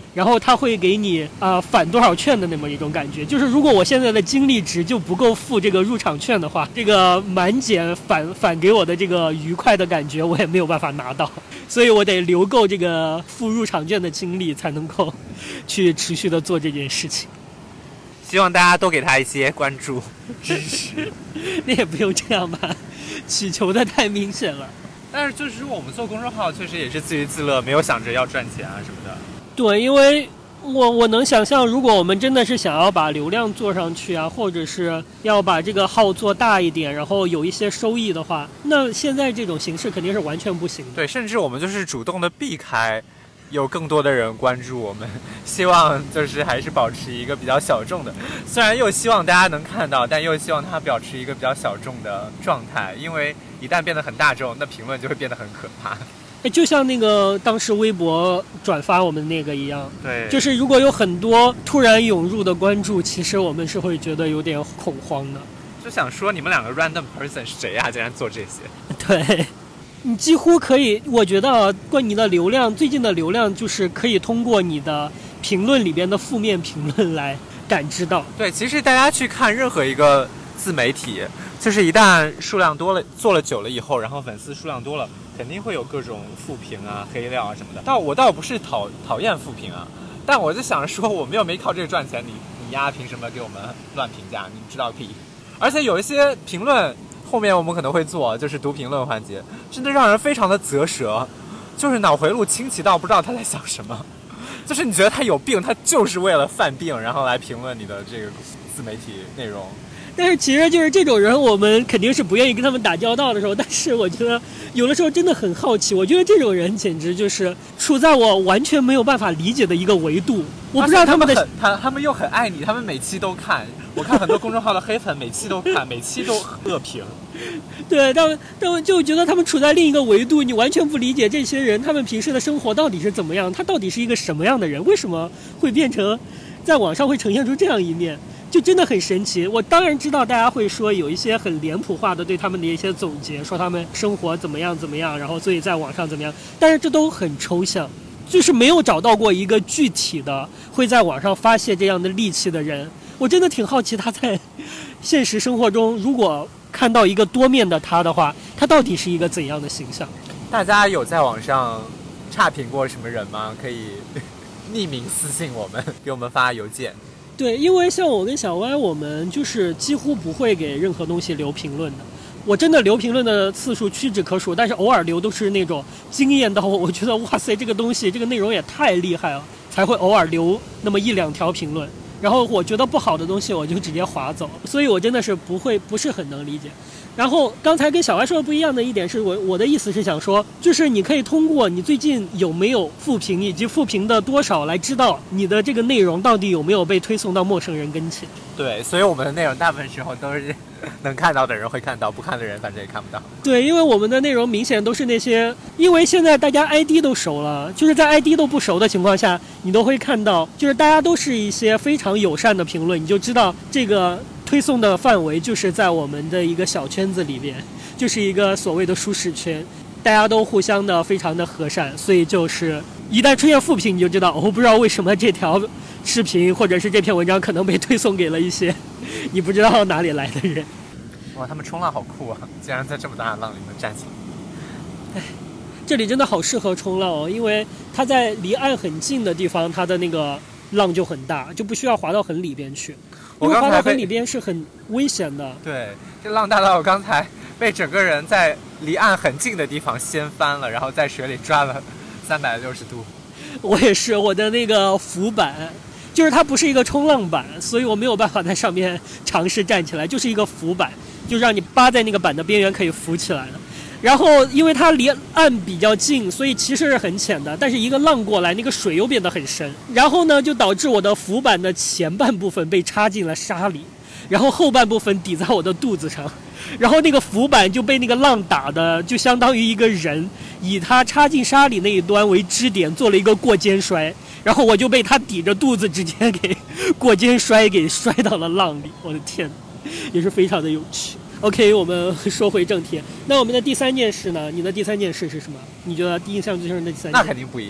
然后它会给你返多少券的那么一种感觉。就是如果我现在的精力值就不够付这个入场券的话，这个满减返给我的这个愉快的感觉我也没有办法拿到，所以我得留够这个付入场券的精力才能够去持续的做这件事情。 希望大家多给他一些关注支持。 那也不用这样吧，祈求的太明显了。 但是就是我们做公众号确实也是自娱自乐，没有想着要赚钱啊什么的。 对，因为我能想象，如果我们真的是想要把流量做上去啊，或者是要把这个号做大一点，然后有一些收益的话，那现在这种形式肯定是完全不行的。 对，甚至我们就是主动的避开有更多的人关注我们，希望就是还是保持一个比较小众的，虽然又希望大家能看到，但又希望它保持一个比较小众的状态，因为一旦变得很大众，那评论就会变得很可怕。 就像那个当时微博转发我们那个一样， 对， 就是如果有很多突然涌入的关注，其实我们是会觉得有点恐慌的， 就想说你们两个 random person 是谁啊，竟然做这些。 对，你几乎可以，我觉得关于你的流量，最近的流量就是可以通过你的评论里边的负面评论来感知到。 对，其实大家去看任何一个自媒体，就是一旦数量多了，做了久了以后，然后粉丝数量多了，肯定会有各种负评啊、黑料啊什么的。但我倒不是讨厌负评啊，但我就想说，我们又没靠这个赚钱，你丫凭什么给我们乱评价？你知道屁！而且有一些评论。后面我们可能会做，就是读评论环节，真的让人非常的啧舌，就是脑回路清奇到不知道他在想什么，就是你觉得他有病，他就是为了犯病，然后来评论你的这个自媒体内容。 但是其实就是这种人，我们肯定是不愿意跟他们打交道的时候。但是我觉得有的时候真的很好奇，我觉得这种人简直就是处在我完全没有办法理解的一个维度。我不知道他们的他们又很爱你，他们每期都看。我看很多公众号的黑粉每期都看，每期都恶评。 对，但我就觉得他们处在另一个维度，你完全不理解这些人他们平时的生活到底是怎么样，他到底是一个什么样的人，为什么会变成在网上会呈现出这样一面。就真的很神奇。我当然知道大家会说有一些很脸谱化的对他们的一些总结，说他们生活怎么样怎么样，然后所以在网上怎么样，但是这都很抽象，就是没有找到过一个具体的会在网上发泄这样的戾气的人。我真的挺好奇他在现实生活中如果看到一个多面的他的话，他到底是一个怎样的形象。 大家有在网上差评过什么人吗？可以匿名私信我们，给我们发邮件。 对，因为像我跟小歪，我们就是几乎不会给任何东西留评论的。我真的留评论的次数屈指可数，但是偶尔留都是那种惊艳到我觉得哇塞，这个东西这个内容也太厉害了，才会偶尔留那么一两条评论。然后我觉得不好的东西我就直接划走，所以我真的是不是很能理解。然后刚才跟小歪说的不一样的一点是，我的意思是想说，就是你可以通过你最近有没有负评以及负评的多少来知道你的这个内容到底有没有被推送到陌生人跟前。 对，所以我们的内容大部分时候都是能看到的人会看到，不看的人反正也看不到。 对，因为我们的内容明显都是那些，因为现在大家 ID 都熟了，就是在 ID 都不熟的情况下，你都会看到，就是大家都是一些非常友善的评论，你就知道这个推送的范围就是在我们的一个小圈子里边，就是一个所谓的舒适圈，大家都互相的非常的和善，所以就是一旦出现负评，你就知道我不知道为什么这条视频或者是这篇文章可能被推送给了一些你不知道哪里来的人。 哇，他们冲浪好酷啊，竟然在这么大的浪里面站起来。 这里真的好适合冲浪哦，因为它在离岸很近的地方，它的那个浪就很大，就不需要滑到很里边去。因为滑到很里边是很危险的。 对，这浪大到我刚才被整个人在离岸很近的地方掀翻了，然后在水里转了360度。 我也是，我的那个浮板就是它不是一个冲浪板，所以我没有办法在上面尝试站起来，就是一个浮板，就让你扒在那个板的边缘可以浮起来的。然后因为它离岸比较近，所以其实是很浅的，但是一个浪过来，那个水又变得很深，然后呢就导致我的浮板的前半部分被插进了沙里，然后后半部分抵在我的肚子上，然后那个浮板就被那个浪打的就相当于一个人以它插进沙里那一端为支点做了一个过肩摔，然后我就被它抵着肚子直接给过肩摔给摔到了浪里。我的天，也是非常的有趣。OK， 我们说回正题。那我们的第三件事呢？你的第三件事是什么？你觉得第一印象最深的第三件事？ 那肯定不一样。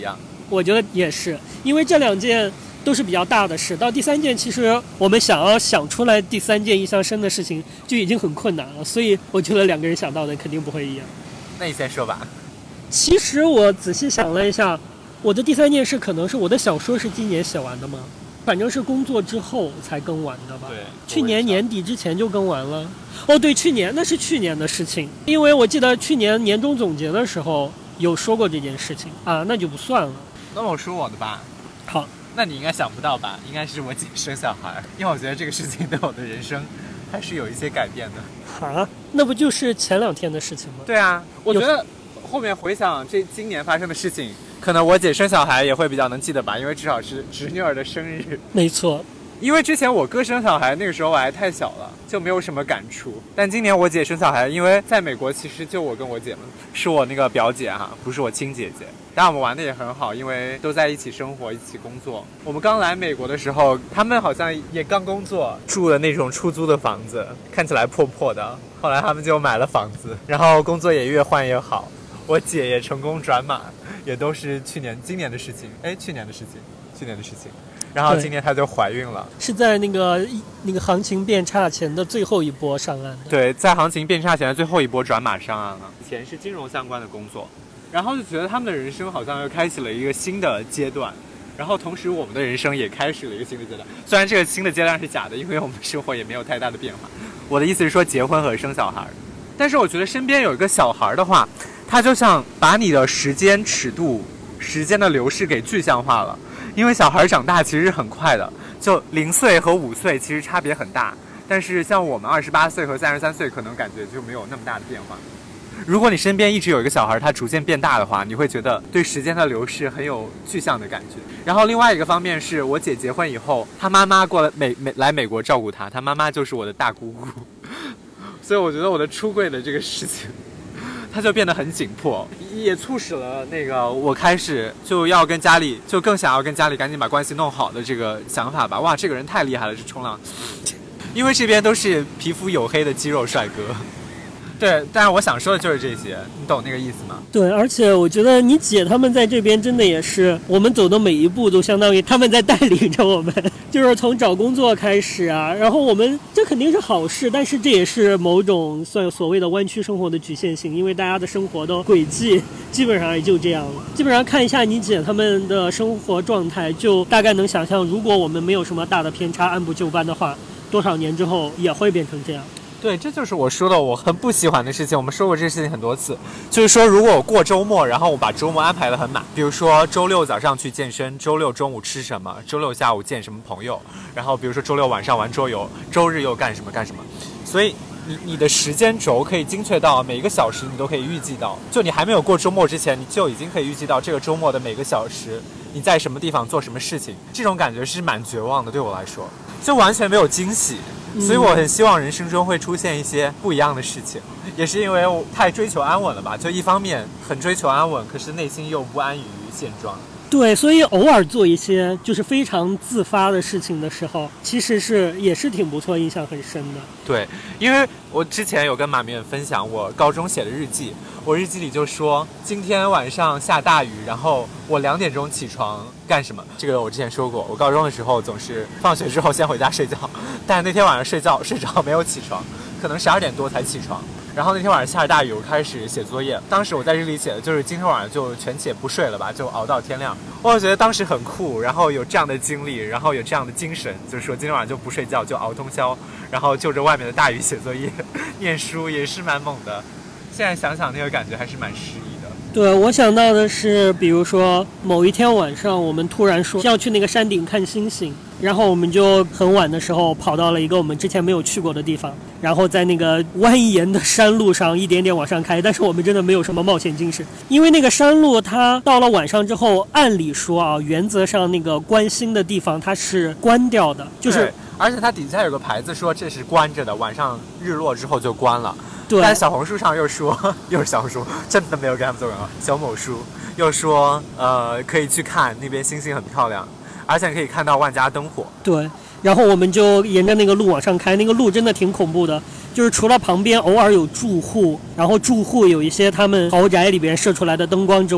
我觉得也是，因为这2件都是比较大的事，到第3件其实我们想出来第3件印象深的事情就已经很困难了，所以我觉得2个人想到的肯定不会一样。 那你先说吧。 其实我仔细想了一下，我的第3件事可能是我的小说是今年写完的吗？反正是工作之后才更完的吧。 对， 去年年底之前就更完了。哦，对，那是去年的事情，因为我记得去年年终总结的时候有说过这件事情啊，那就不算了。 那我说我的吧。 好， 那你应该想不到吧？应该是我姐生小孩，因为我觉得这个事情对我的人生还是有一些改变的。 啊，那不就是前2天的事情吗？ 对啊，我觉得后面回想今年发生的事情，可能我姐生小孩也会比较能记得吧，因为至少是侄女儿的生日。 没错。 因为之前我哥生小孩那个时候我还太小了，就没有什么感触。但今年我姐生小孩，因为在美国其实就我跟我姐们，是我那个表姐哈，不是我亲姐姐。但我们玩的也很好，因为都在一起生活，一起工作。我们刚来美国的时候，他们好像也刚工作，住的那种出租的房子，看起来破破的。后来他们就买了房子，然后工作也越换越好。我姐也成功转码，也都是今年的事情。去年的事情。然后今年她就怀孕了， 是在那个行情变差前的最后一波上岸的。 对，在行情变差前的最后一波转码上岸了。以前是金融相关的工作，然后就觉得他们的人生好像又开启了一个新的阶段，然后同时我们的人生也开始了一个新的阶段。虽然这个新的阶段是假的，因为我们生活也没有太大的变化。我的意思是说结婚和生小孩，但是我觉得身边有一个小孩的话，他就像把你的时间尺度、时间的流逝给具象化了。因为小孩长大其实是很快的，就0岁和5岁其实差别很大，但是像我们28岁和33岁可能感觉就没有那么大的变化。如果你身边一直有一个小孩，他逐渐变大的话，你会觉得对时间的流逝很有具象的感觉。然后另外一个方面是我姐结婚以后，她妈妈过来美国照顾她，她妈妈就是我的大姑姑，所以我觉得我的出柜的这个事情它就变得很紧迫，也促使了那个我开始就更想要跟家里赶紧把关系弄好的这个想法吧。哇，这个人太厉害了，这冲浪，因为这边都是皮肤黝黑的肌肉帅哥。对，但是我想说的就是这些，你懂那个意思吗？ 对，而且我觉得你姐他们在这边真的也是，我们走的每一步都相当于他们在带领着我们，就是从找工作开始啊，然后我们这肯定是好事，但是这也是某种算所谓的湾区生活的局限性，因为大家的生活的轨迹基本上也就这样了。基本上看一下你姐他们的生活状态，就大概能想象，如果我们没有什么大的偏差，按部就班的话，多少年之后也会变成这样。 对，这就是我说的我很不喜欢的事情。我们说过这个事情很多次，就是说如果我过周末，然后我把周末安排得很满，比如说周六早上去健身，周六中午吃什么，周六下午见什么朋友，然后比如说周六晚上玩桌游，周日又干什么，所以你的时间轴可以精确到每一个小时你都可以预计到，就你还没有过周末之前，你就已经可以预计到这个周末的每个小时你在什么地方做什么事情。这种感觉是蛮绝望的，对我来说就完全没有惊喜。所以我很希望人生中会出现一些不一样的事情，也是因为我太追求安稳了吧，就一方面很追求安稳，可是内心又不安于现状。 对，所以偶尔做一些就是非常自发的事情的时候，其实也是挺不错，印象很深的。 对，因为我之前有跟马明远分享我高中写的日记，我日记里就说今天晚上下大雨，然后我2点钟起床干什么。这个我之前说过，我高中的时候总是放学之后先回家睡觉，但是那天晚上睡着没有起床，可能12点多才起床。然后那天晚上下着大雨，我开始写作业。当时我在日历写的就是今天晚上就全且不睡了吧，就熬到天亮。我觉得当时很酷，然后有这样的经历，然后有这样的精神，就是说今天晚上就不睡觉，就熬通宵，然后就着外面的大雨写作业念书，也是蛮猛的。现在想想那个感觉还是蛮诗意的。 对，我想到的是比如说某一天晚上我们突然说要去那个山顶看星星，然后我们就很晚的时候跑到了一个我们之前没有去过的地方，然后在那个蜿蜒的山路上一点点往上开，但是我们真的没有什么冒险精神，因为那个山路它到了晚上之后，按理说啊，原则上那个观星的地方它是关掉的，就是而且它底下有个牌子说这是关着的，晚上日落之后就关了。 对， 但小红书上又说，又是小红书，真的没有给他们做广告。小某书又说，可以去看那边星星很漂亮，而且可以看到万家灯火。 对，然后我们就沿着那个路往上开，那个路真的挺恐怖的，就是除了旁边偶尔有住户，然后住户有一些他们豪宅里边射出来的灯光之外，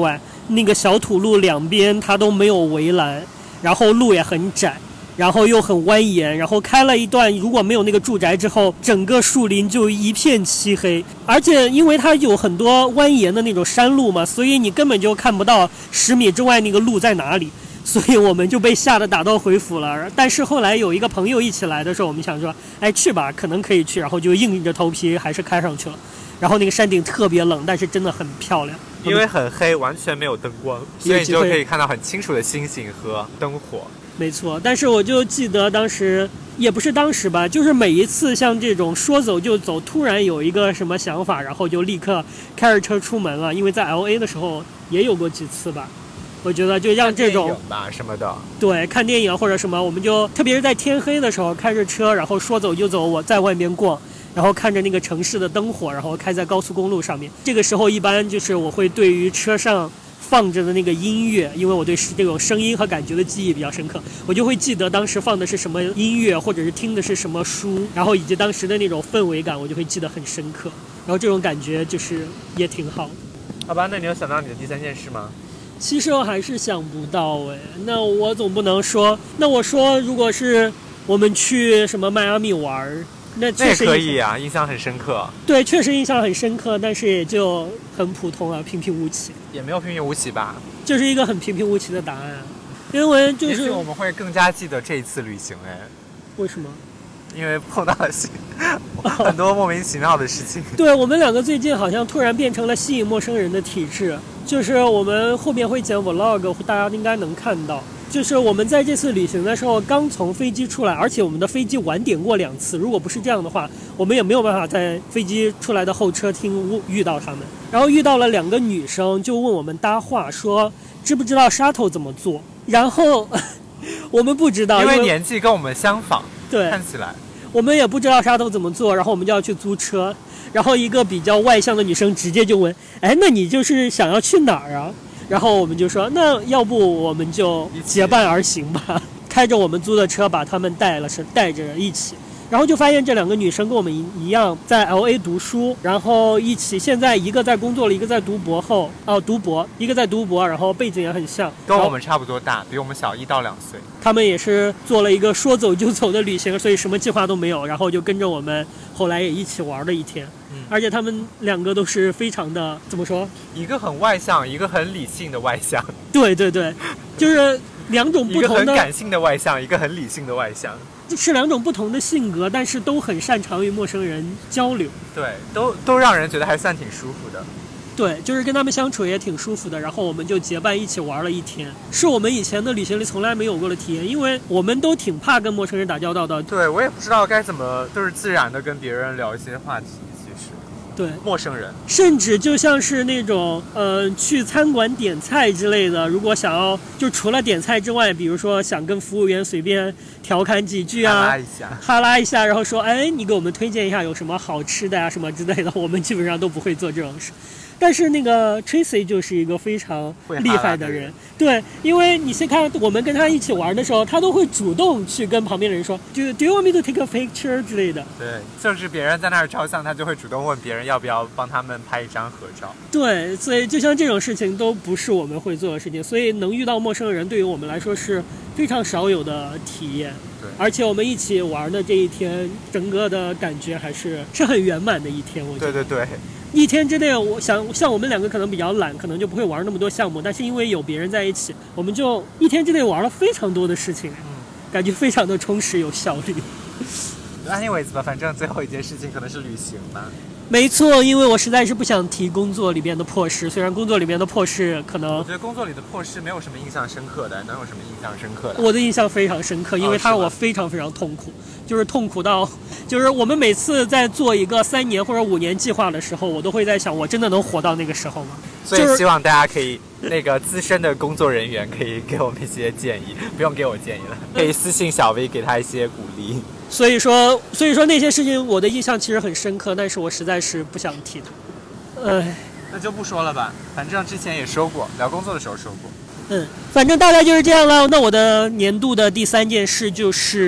那个小土路两边它都没有围栏，然后路也很窄，然后又很蜿蜒，然后开了一段如果没有那个住宅之后，整个树林就一片漆黑，而且因为它有很多蜿蜒的那种山路嘛，所以你根本就看不到10米之外那个路在哪里，所以我们就被吓得打道回府了。但是后来有一个朋友一起来的时候，我们想说哎去吧，可能可以去，然后就硬着头皮还是开上去了。然后那个山顶特别冷，但是真的很漂亮， 因为很黑，完全没有灯光，所以你就可以看到很清楚的星星和灯火。 没错，但是我就记得当时，也不是当时吧，就是每一次像这种说走就走，突然有一个什么想法，然后就立刻开着车出门了。因为在 LA 的时候也有过几次吧，我觉得就让这种看电影吧什么的， 对，看电影或者什么，我们就特别是在天黑的时候开着车，然后说走就走，我在外面逛。然后看着那个城市的灯火，然后开在高速公路上面。这个时候一般就是我会对于车上放着的那个音乐，因为我对这种声音和感觉的记忆比较深刻，我就会记得当时放的是什么音乐，或者是听的是什么书，然后以及当时的那种氛围感，我就会记得很深刻。然后这种感觉就是也挺好的。 好吧，那你有想到你的第3件事吗？ 其实我还是想不到哎，那我总不能说，那我说如果是我们去什么迈阿密玩，那确实可以啊，印象很深刻。 对，确实印象很深刻，但是也就很普通了，平平无奇。 也没有平平无奇吧， 就是一个很平平无奇的答案。因为就是， 也许我们会更加记得这一次旅行哎。 为什么？ 因为碰到了很多莫名其妙的事情。 对，我们两个最近好像突然变成了吸引陌生人的体质，就是我们后面会剪 vlog， 大家应该能看到。就是我们在这次旅行的时候刚从飞机出来，而且我们的飞机晚点过2次，如果不是这样的话，我们也没有办法在飞机出来的候车厅遇到他们。然后遇到了2个女生，就问我们搭话，说知不知道 shuttle 怎么坐，然后我们不知道， 因为年纪跟我们相仿， 对， 看起来我们也不知道shuttle怎么坐，然后我们就要去租车，然后一个比较外向的女生直接就问，哎，那你就是想要去哪儿啊？然后我们就说，那要不我们就结伴而行吧，开着我们租的车把他们带着一起。然后就发现这2个女生跟我们一样在 LA 读书，然后一起现在一个在工作了，一个在读博，一个在读博，然后背景也很像， 跟我们差不多大，比我们小1到2岁。 他们也是做了一个说走就走的旅行，所以什么计划都没有，然后就跟着我们后来也一起玩了一天。而且他们2个都是非常的怎么说？ 一个很外向，一个很理性的外向。 对对对，就是2种不同的， 一个很感性的外向，一个很理性的外向。 是2种不同的性格，但是都很擅长与陌生人交流。 对，都让人觉得还算挺舒服的。 对，就是跟他们相处也挺舒服的。然后我们就结伴一起玩了一天，是我们以前的旅行里从来没有过的体验，因为我们都挺怕跟陌生人打交道的。 对，我也不知道该怎么就是自然的跟别人聊一些话题。 对， 陌生人， 甚至就像是那种去餐馆点菜之类的，如果想要就除了点菜之外，比如说想跟服务员随便调侃几句啊，哈拉一下，然后说哎，你给我们推荐一下有什么好吃的啊什么之类的，我们基本上都不会做这种事。但是那个 Tracy 就是一个非常厉害的人，对，因为你先看我们跟他一起玩的时候，他都会主动去跟旁边的人说 Do you want me to take a picture 之类的。 对，就是别人在那儿照相，他就会主动问别人要不要帮他们拍一张合照。 对，所以就像这种事情都不是我们会做的事情，所以能遇到陌生人对于我们来说是非常少有的体验。 对， 而且我们一起玩的这一天，整个的感觉还是很圆满的一天。我觉得。 对对对。 一天之内，我想像我们2个可能比较懒，可能就不会玩那么多项目，但是因为有别人在一起，我们就一天之内玩了非常多的事情，感觉非常的充实有效率。 anyways 吧，反正最后一件事情可能是旅行吧。 没错，因为我实在是不想提工作里边的破事，虽然工作里边的破事可能， 我觉得工作里的破事没有什么印象深刻的，能有什么印象深刻的？ 我的印象非常深刻，因为它让我非常非常痛苦，就是痛苦到，就是我们每次在做一个3年或者5年计划的时候，我都会在想，我真的能活到那个时候吗？ 所以希望大家可以那个资深的工作人员可以给我们一些建议，不用给我建议了，可以私信小 V 给他一些鼓励。 所以说那些事情我的印象其实很深刻，但是我实在是不想提它。 那就不说了吧，反正之前也说过，聊工作的时候说过。 反正大概就是这样了。那我的年度的第3件事就是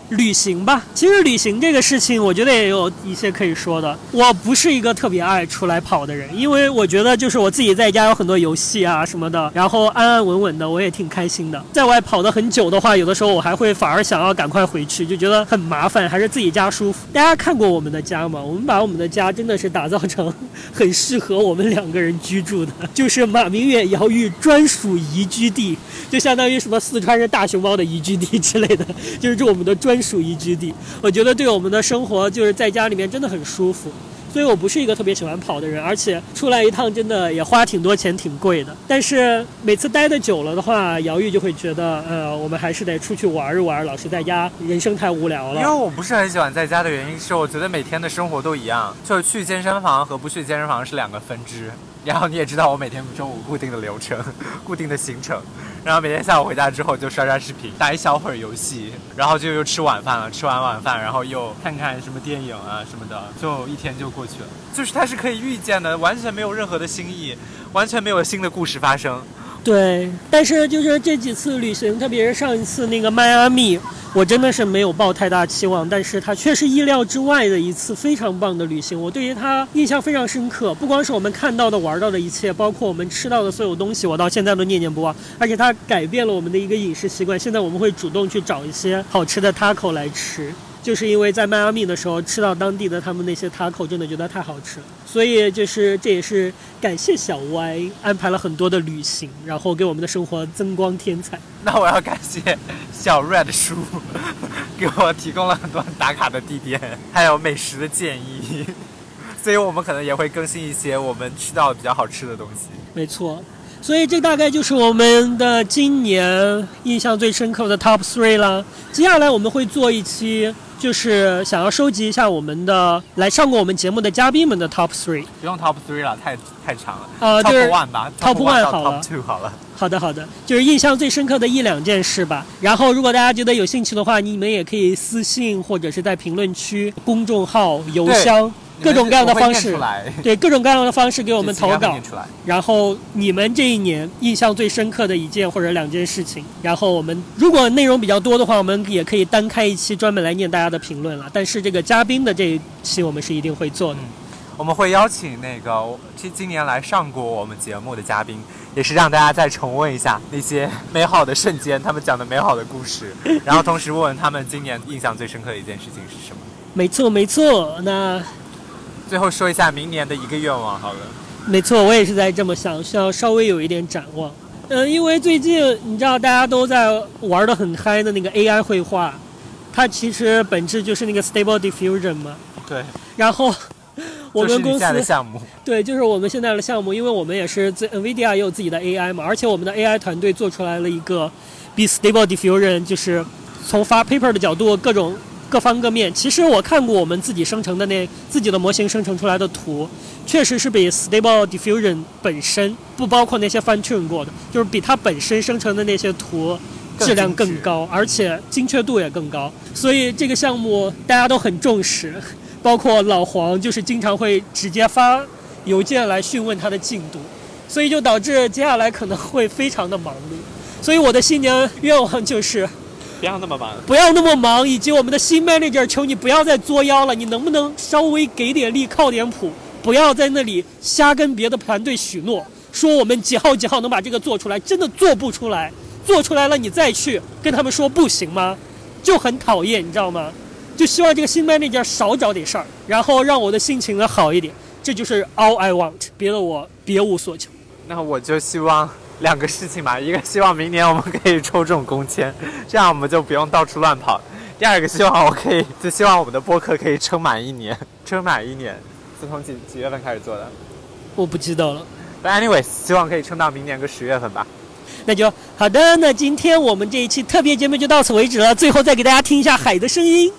旅行吧，其实旅行这个事情，我觉得也有一些可以说的。我不是一个特别爱出来跑的人，因为我觉得就是我自己在家有很多游戏啊什么的，然后安安稳稳的，我也挺开心的。在外跑得很久的话，有的时候我还会反而想要赶快回去，就觉得很麻烦，还是自己家舒服。大家看过我们的家吗？我们把我们的家真的是打造成很适合我们2个人居住的，就是马明远、姚玉专属宜居地，就相当于什么四川是大熊猫的宜居地之类的，就是我们的专属宜居地。我觉得对我们的生活就是在家里面真的很舒服，所以我不是一个特别喜欢跑的人，而且出来一趟真的也花挺多钱，挺贵的。但是每次待得久了的话，姚玉就会觉得我们还是得出去玩一玩，老是在家人生太无聊了。 因为我不是很喜欢在家的原因是，我觉得每天的生活都一样，就是去健身房和不去健身房是2个分支。然后你也知道我每天中午固定的流程、固定的行程，然后每天下午回家之后就刷刷视频，打一小会儿游戏，然后就又吃晚饭了，吃完晚饭然后又看看什么电影啊什么的，就一天就过去了。就是它是可以预见的，完全没有任何的新意，完全没有新的故事发生。 对，但是就是这几次旅行，特别是上一次那个迈阿密，我真的是没有抱太大期望，但是它却是意料之外的一次非常棒的旅行。我对于它印象非常深刻，不光是我们看到的玩到的一切，包括我们吃到的所有东西，我到现在都念念不忘。而且它改变了我们的一个饮食习惯，现在我们会主动去找一些好吃的 taco 来吃，就是因为在迈阿密的时候吃到当地的他们那些 taco， 真的觉得太好吃了。所以就是这也是感谢小歪安排了很多的旅行，然后给我们的生活增光添彩。 那我要感谢小 Red 叔给我提供了很多打卡的地点，还有美食的建议，所以我们可能也会更新一些我们吃到比较好吃的东西。 没错，所以这大概就是我们的今年印象最深刻的 Top 3了。接下来我们会做一期，就是想要收集一下我们的来上过我们节目的嘉宾们的 Top 3。 不用 Top 3了，太长了。 就是 Top 1吧 ，Top 1好了 ，Top 2好了。 好的，就是印象最深刻的1-2件事吧。然后如果大家觉得有兴趣的话，你们也可以私信或者是在评论区、公众号、邮箱。各种各样的方式，对各种各样的方式给我们投稿，然后你们这一年印象最深刻的1件或者2件事情，然后我们如果内容比较多的话，我们也可以单开一期专门来念大家的评论了。但是这个嘉宾的这一期我们是一定会做的。 我们会邀请那个今年来上过我们节目的嘉宾，也是让大家再重温一下那些美好的瞬间，他们讲的美好的故事，然后同时问问他们今年印象最深刻的一件事情是什么。 没错，那最后说一下明年的1个愿望好了。 没错，我也是在这么想，需要稍微有一点展望。因为最近你知道大家都在玩得很嗨的那个 AI 绘画，它其实本质就是那个 Stable Diffusion 嘛。 对。然后我们公司的项目， 对，就是我们现在的项目，因为我们也是NVIDIA 也有自己的 AI 嘛，而且我们的 AI 团队做出来了一个比 Stable Diffusion 就是从发 paper 的角度各方各面，其实我看过我们自己生成的自己的模型生成出来的图，确实是比 Stable Diffusion 本身不包括那些 fine tune 过的，就是比它本身生成的那些图质量更高，而且精确度也更高。所以这个项目大家都很重视，包括老黄就是经常会直接发邮件来询问它的进度，所以就导致接下来可能会非常的忙碌。所以我的新年愿望就是不要那么忙，以及我们的新 manager 求你不要再作妖了，你能不能稍微给点力靠点谱，不要在那里瞎跟别的团队许诺说我们几号能把这个做出来，真的做不出来，做出来了你再去跟他们说不行吗？就很讨厌，你知道吗？就希望这个新 manager 少找点事儿，然后让我的心情好一点，这就是 all I want， 别的我别无所求。 那我就希望2个事情吧，一个希望明年我们可以抽中工签，这样我们就不用到处乱跑。第2个希望希望我们的播客可以撑满1年。是从几月份开始做的？ 我不知道了。 But anyways， 希望可以撑到明年个10月份吧。 那就好的，那今天我们这一期特别节目就到此为止了。最后再给大家听一下海的声音。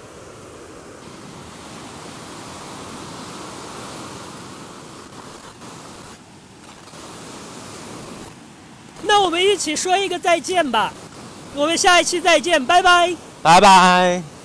那我们一起说一个再见吧，我们下一期再见，拜拜， 拜拜。